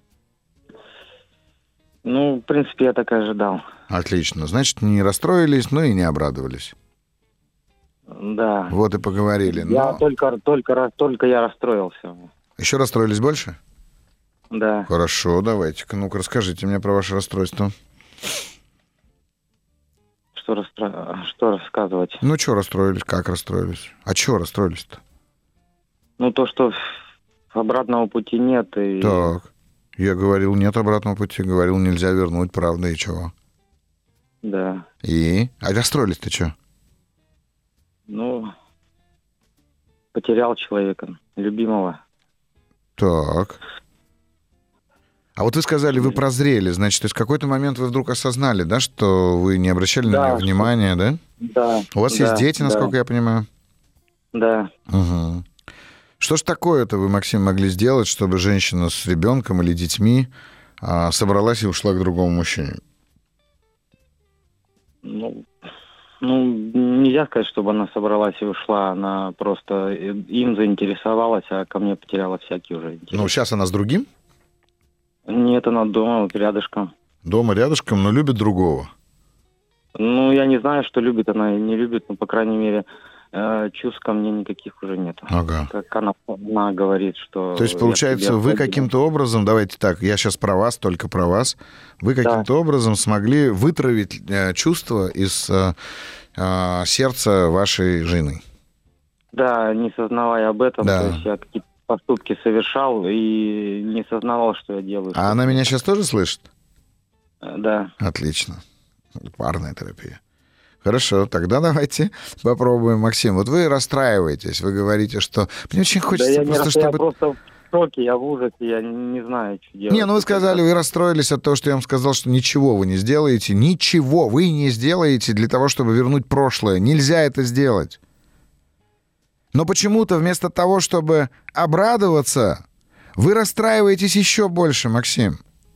Ну, в принципе, я так и ожидал. Отлично. Значит, не расстроились, но и не обрадовались. Да. Вот и поговорили. Я но... только, только, только я расстроился. Еще расстроились больше? Да. Хорошо, давайте-ка, ну-ка, расскажите мне про ваше расстройство. Что, расстро... что рассказывать? Ну, что расстроились, как расстроились? А что расстроились-то? Ну, то, что обратного пути нет. И... Так. Я говорил, нет обратного пути. Говорил, нельзя вернуть, правда, и чего? Да. И? А расстроились-то что? Ну, потерял человека, любимого. Так. А вот вы сказали, вы прозрели. Значит, то есть в какой-то момент вы вдруг осознали, да, что вы не обращали да, на него внимания, да? Да. У вас да, есть дети, насколько да. я понимаю? Да. Угу. Что ж такое-то вы, Максим, могли сделать, чтобы женщина с ребенком или детьми а, собралась и ушла к другому мужчине? Ну, ну, нельзя сказать, чтобы она собралась и ушла. Она просто им заинтересовалась, а ко мне потеряла всякий уже интерес. Ну, сейчас она с другим? Нет, она дома, вот рядышком. Дома рядышком, но любит другого? Ну, я не знаю, что любит она или не любит, но, по крайней мере... чувств ко мне никаких уже нет. Ага. Как она, она говорит, что... То есть, получается, вы каким-то образом, давайте так, я сейчас про вас, только про вас, вы каким-то да. образом смогли вытравить э, чувства из э, э, сердца вашей жены? Да, не сознавая об этом, да. то есть я какие-то поступки совершал и не сознавал, что я делаю. А она меня сейчас тоже слышит? Да. Отлично. Парная терапия. Хорошо, тогда давайте попробуем. Максим, вот вы расстраиваетесь, вы говорите, что... Мне очень хочется да я просто, не, чтобы... Я просто в шоке, я в ужасе, я не знаю, что делать. Не, ну вы сказали, вы расстроились от того, что я вам сказал, что ничего вы не сделаете. Ничего вы не сделаете для того, чтобы вернуть прошлое. Нельзя это сделать. Но почему-то вместо того, чтобы обрадоваться, вы расстраиваетесь еще больше, Максим.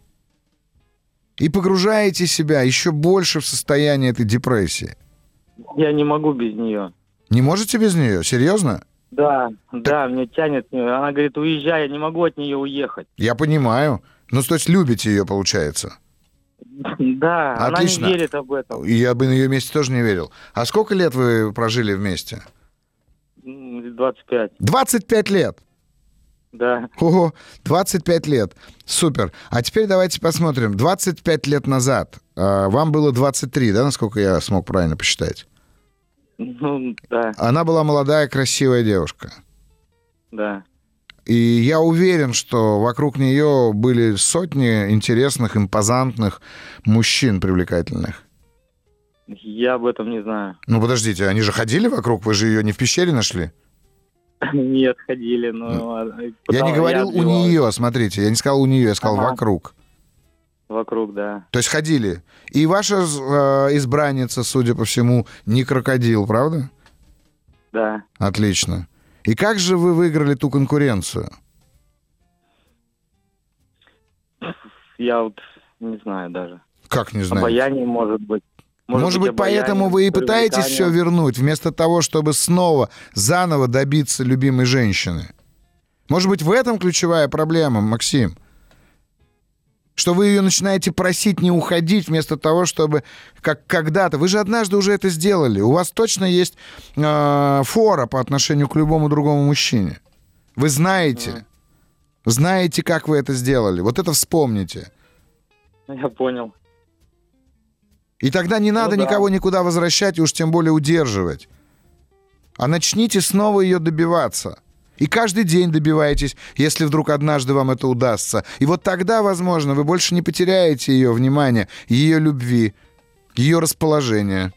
И погружаете себя еще больше в состояние этой депрессии. Я не могу без нее. Не можете без нее? Серьезно? Да, так... да, мне тянет. Она говорит, уезжай, я не могу от нее уехать. Я понимаю. Ну, то есть любите ее, получается? Да, отлично. Она не верит об этом. Я бы на ее месте тоже не верил. А сколько лет вы прожили вместе? С двадцать пять. двадцать пять лет? Да. Ого, двадцать пять лет. Супер. А теперь давайте посмотрим. двадцать пять лет назад э, вам было двадцать три, да, насколько я смог правильно посчитать? Ну, да. Она была молодая, красивая девушка. Да. И я уверен, что вокруг нее были сотни интересных, импозантных мужчин привлекательных. Я об этом не знаю. Ну, подождите, они же ходили вокруг? Вы же ее не в пещере нашли? Нет, ходили, но... Я не говорил у нее, смотрите, я не сказал у нее, я сказал Ага. вокруг. Вокруг, да. То есть ходили. И ваша э, избранница, судя по всему, не крокодил, правда? Да. Отлично. И как же вы выиграли ту конкуренцию? Я вот не знаю даже. Как не знаю? Обаяние, может быть. Может, быть, поэтому вы и пытаетесь все вернуть, вместо того, чтобы снова, заново добиться любимой женщины. Может быть, в этом ключевая проблема, Максим? Что вы ее начинаете просить не уходить, вместо того, чтобы, как когда-то... Вы же однажды уже это сделали. У вас точно есть э, фора по отношению к любому другому мужчине. Вы знаете. Знаете, как вы это сделали. Вот это вспомните. Я понял. И тогда не надо Ну, да. никого никуда возвращать и уж тем более удерживать. А начните снова ее добиваться. И каждый день добиваетесь, если вдруг однажды вам это удастся. И вот тогда, возможно, вы больше не потеряете ее внимания, ее любви, ее расположения.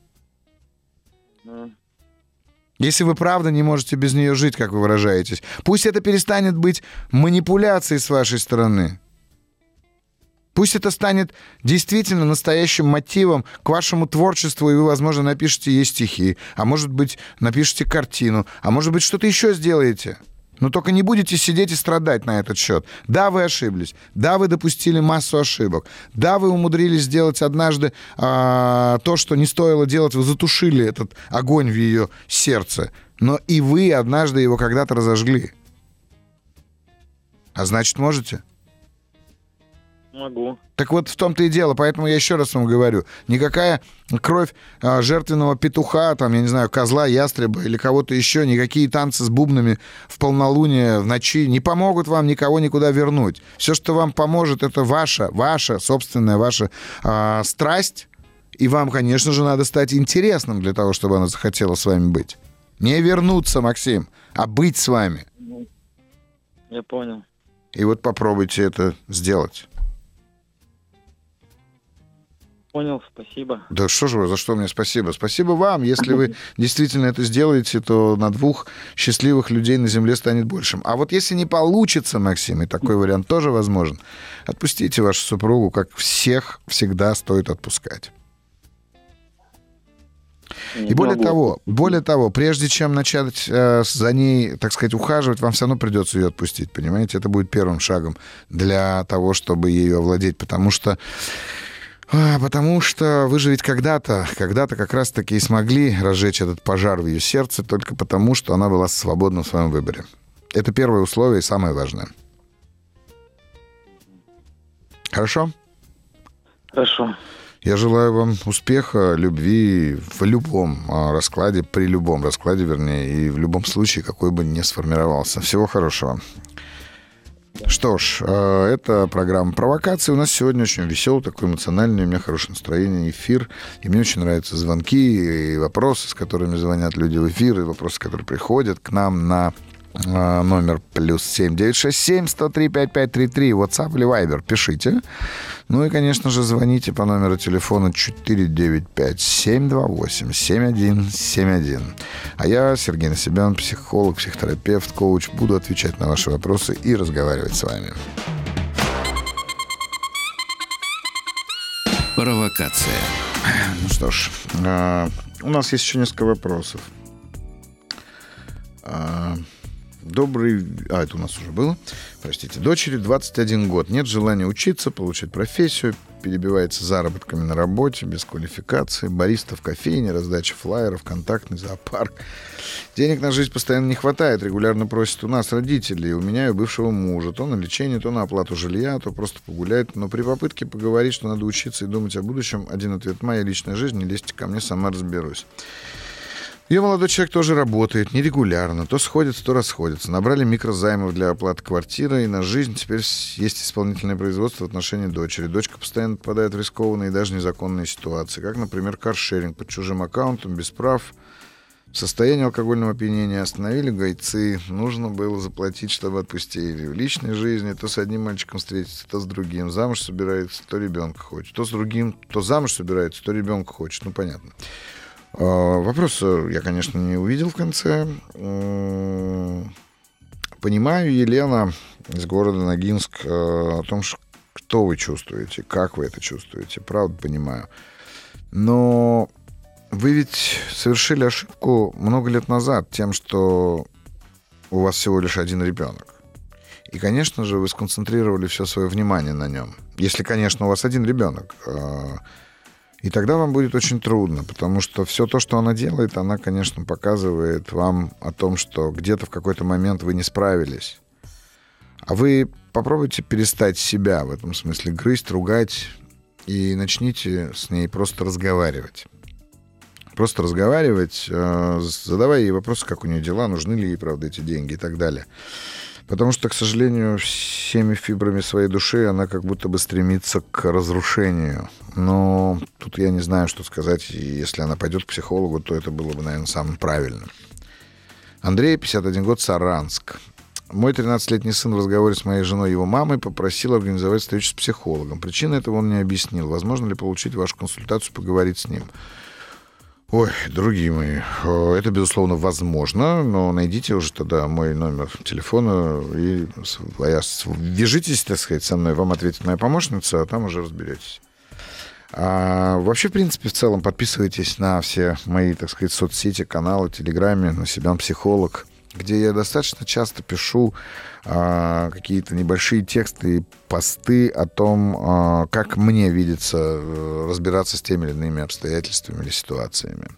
Ну, Если вы правда не можете без нее жить, как вы выражаетесь. Пусть это перестанет быть манипуляцией с вашей стороны. Пусть это станет действительно настоящим мотивом к вашему творчеству, и вы, возможно, напишете ей стихи, а может быть, напишите картину, а может быть, что-то еще сделаете. Но только не будете сидеть и страдать на этот счет. Да, вы ошиблись. Да, вы допустили массу ошибок. Да, вы умудрились сделать однажды а, то, что не стоило делать. Вы затушили этот огонь в ее сердце. Но и вы однажды его когда-то разожгли. А значит, можете? могу. Так вот в том-то и дело, поэтому я еще раз вам говорю, никакая кровь а, жертвенного петуха, там, я не знаю, козла, ястреба или кого-то еще, никакие танцы с бубнами в полнолуние, в ночи не помогут вам никого никуда вернуть. Все, что вам поможет, это ваша, ваша собственная ваша а, страсть, и вам, конечно же, надо стать интересным для того, чтобы она захотела с вами быть. Не вернуться, Максим, а быть с вами. Я понял. И вот попробуйте это сделать. Понял, спасибо. Да что же вы, за что мне спасибо? Спасибо вам. Если вы действительно это сделаете, то на двух счастливых людей на земле станет большим. А вот если не получится, Максим, и такой вариант тоже возможен, отпустите вашу супругу, как всех всегда стоит отпускать. И более того, более того, прежде чем начать э, за ней, так сказать, ухаживать, вам все равно придется ее отпустить, понимаете? Это будет первым шагом для того, чтобы ее овладеть, потому что а, потому что вы же ведь когда-то, когда-то как раз-таки и смогли разжечь этот пожар в ее сердце только потому, что она была свободна в своем выборе. Это первое условие и самое важное. Хорошо? Хорошо. Я желаю вам успеха, любви в любом раскладе, при любом раскладе, вернее, и в любом случае, какой бы ни сформировался. Всего хорошего. Что ж, это программа «Провокации». У нас сегодня очень веселый, такой эмоциональный, у меня хорошее настроение, эфир. И мне очень нравятся звонки и вопросы, с которыми звонят люди в эфир, и вопросы, которые приходят к нам на номер плюс семь девятьсот шестьдесят семь сто три пятьдесят пять тридцать три, WhatsApp или Viber. Пишите. Ну и, конечно же, звоните по номеру телефона четыре девять пять семь два восемь семь один семь один. А я, Сергей Насибян, психолог, психотерапевт, коуч, буду отвечать на ваши вопросы и разговаривать с вами. Провокация. Ну что ж, у нас есть еще несколько вопросов. Добрый... А, это у нас уже было. Простите. Дочери двадцать один год. Нет желания учиться, получать профессию. Перебивается заработками на работе, без квалификации. Бариста в кофейне, раздача флаеров, контактный зоопарк. Денег на жизнь постоянно не хватает. Регулярно просят у нас родителей, у меня и у бывшего мужа. То на лечение, то на оплату жилья, то просто погулять. Но при попытке поговорить, что надо учиться и думать о будущем, один ответ: моя личная жизнь, не лезьте ко мне, сама разберусь. Ее молодой человек тоже работает нерегулярно. То сходится, то расходится. Набрали микрозаймов для оплаты квартиры, и на жизнь теперь есть исполнительное производство в отношении дочери. Дочка постоянно попадает в рискованные и даже незаконные ситуации, как, например, каршеринг под чужим аккаунтом, без прав, в состоянии алкогольного опьянения. Остановили гайцы, нужно было заплатить, чтобы отпустили. В личной жизни то с одним мальчиком встретится, то с другим. Замуж собирается, то ребенка хочет. То с другим, то замуж собирается, то ребенка хочет. Ну, понятно. Вопрос я, конечно, не увидел в конце. Понимаю, Елена из города Ногинск, о том, что вы чувствуете, как вы это чувствуете. Правда, понимаю. Но вы ведь совершили ошибку много лет назад тем, что у вас всего лишь один ребенок. И, конечно же, вы сконцентрировали все свое внимание на нем. Если, конечно, у вас один ребенок. И тогда вам будет очень трудно, потому что все то, что она делает, она, конечно, показывает вам о том, что где-то в какой-то момент вы не справились. А вы попробуйте перестать себя в этом смысле грызть, ругать, и начните с ней просто разговаривать. Просто разговаривать, задавая ей вопросы, как у нее дела, нужны ли ей, правда, эти деньги и так далее. Потому что, к сожалению, всеми фибрами своей души она как будто бы стремится к разрушению. Но тут я не знаю, что сказать. И если она пойдет к психологу, то это было бы, наверное, самым правильным. Андрей, пятьдесят один год, Саранск. Мой тринадцатилетний сын в разговоре с моей женой и его мамой попросил организовать встречу с психологом. Причины этого он не объяснил. Возможно ли получить вашу консультацию, поговорить с ним? Ой, дорогие мои, это, безусловно, возможно, но найдите уже тогда мой номер телефона и вяжитесь, так сказать, со мной. Вам ответит моя помощница, а там уже разберетесь. А вообще, в принципе, в целом подписывайтесь на все мои, так сказать, соцсети, каналы, телеграме, на себя психолог, где я достаточно часто пишу а, какие-то небольшие тексты и посты о том, а, как мне видится а, разбираться с теми или иными обстоятельствами или ситуациями.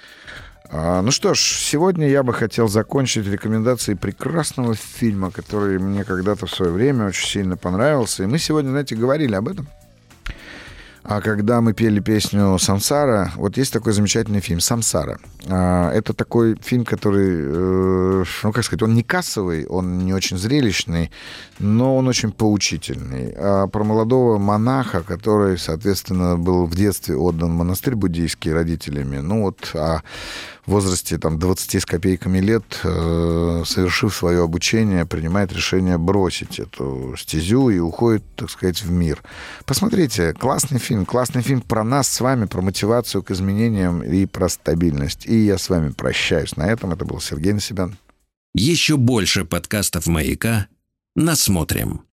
А, ну что ж, сегодня я бы хотел закончить рекомендацией прекрасного фильма, который мне когда-то в свое время очень сильно понравился. И мы сегодня, знаете, говорили об этом. А когда мы пели песню «Самсара», вот есть такой замечательный фильм «Самсара». Это такой фильм, который, ну, как сказать, он не кассовый, он не очень зрелищный, но он очень поучительный. Про молодого монаха, который, соответственно, был в детстве отдан в монастырь буддийский родителями, ну вот, а в возрасте там, двадцати с копейками лет, совершив свое обучение, принимает решение бросить эту стезю и уходит, так сказать, в мир. Посмотрите, классный фильм, классный фильм про нас с вами, про мотивацию к изменениям и про стабильность. И я с вами прощаюсь. На этом это был Сергей Насибян. Еще больше подкастов «Маяка» насмотрим.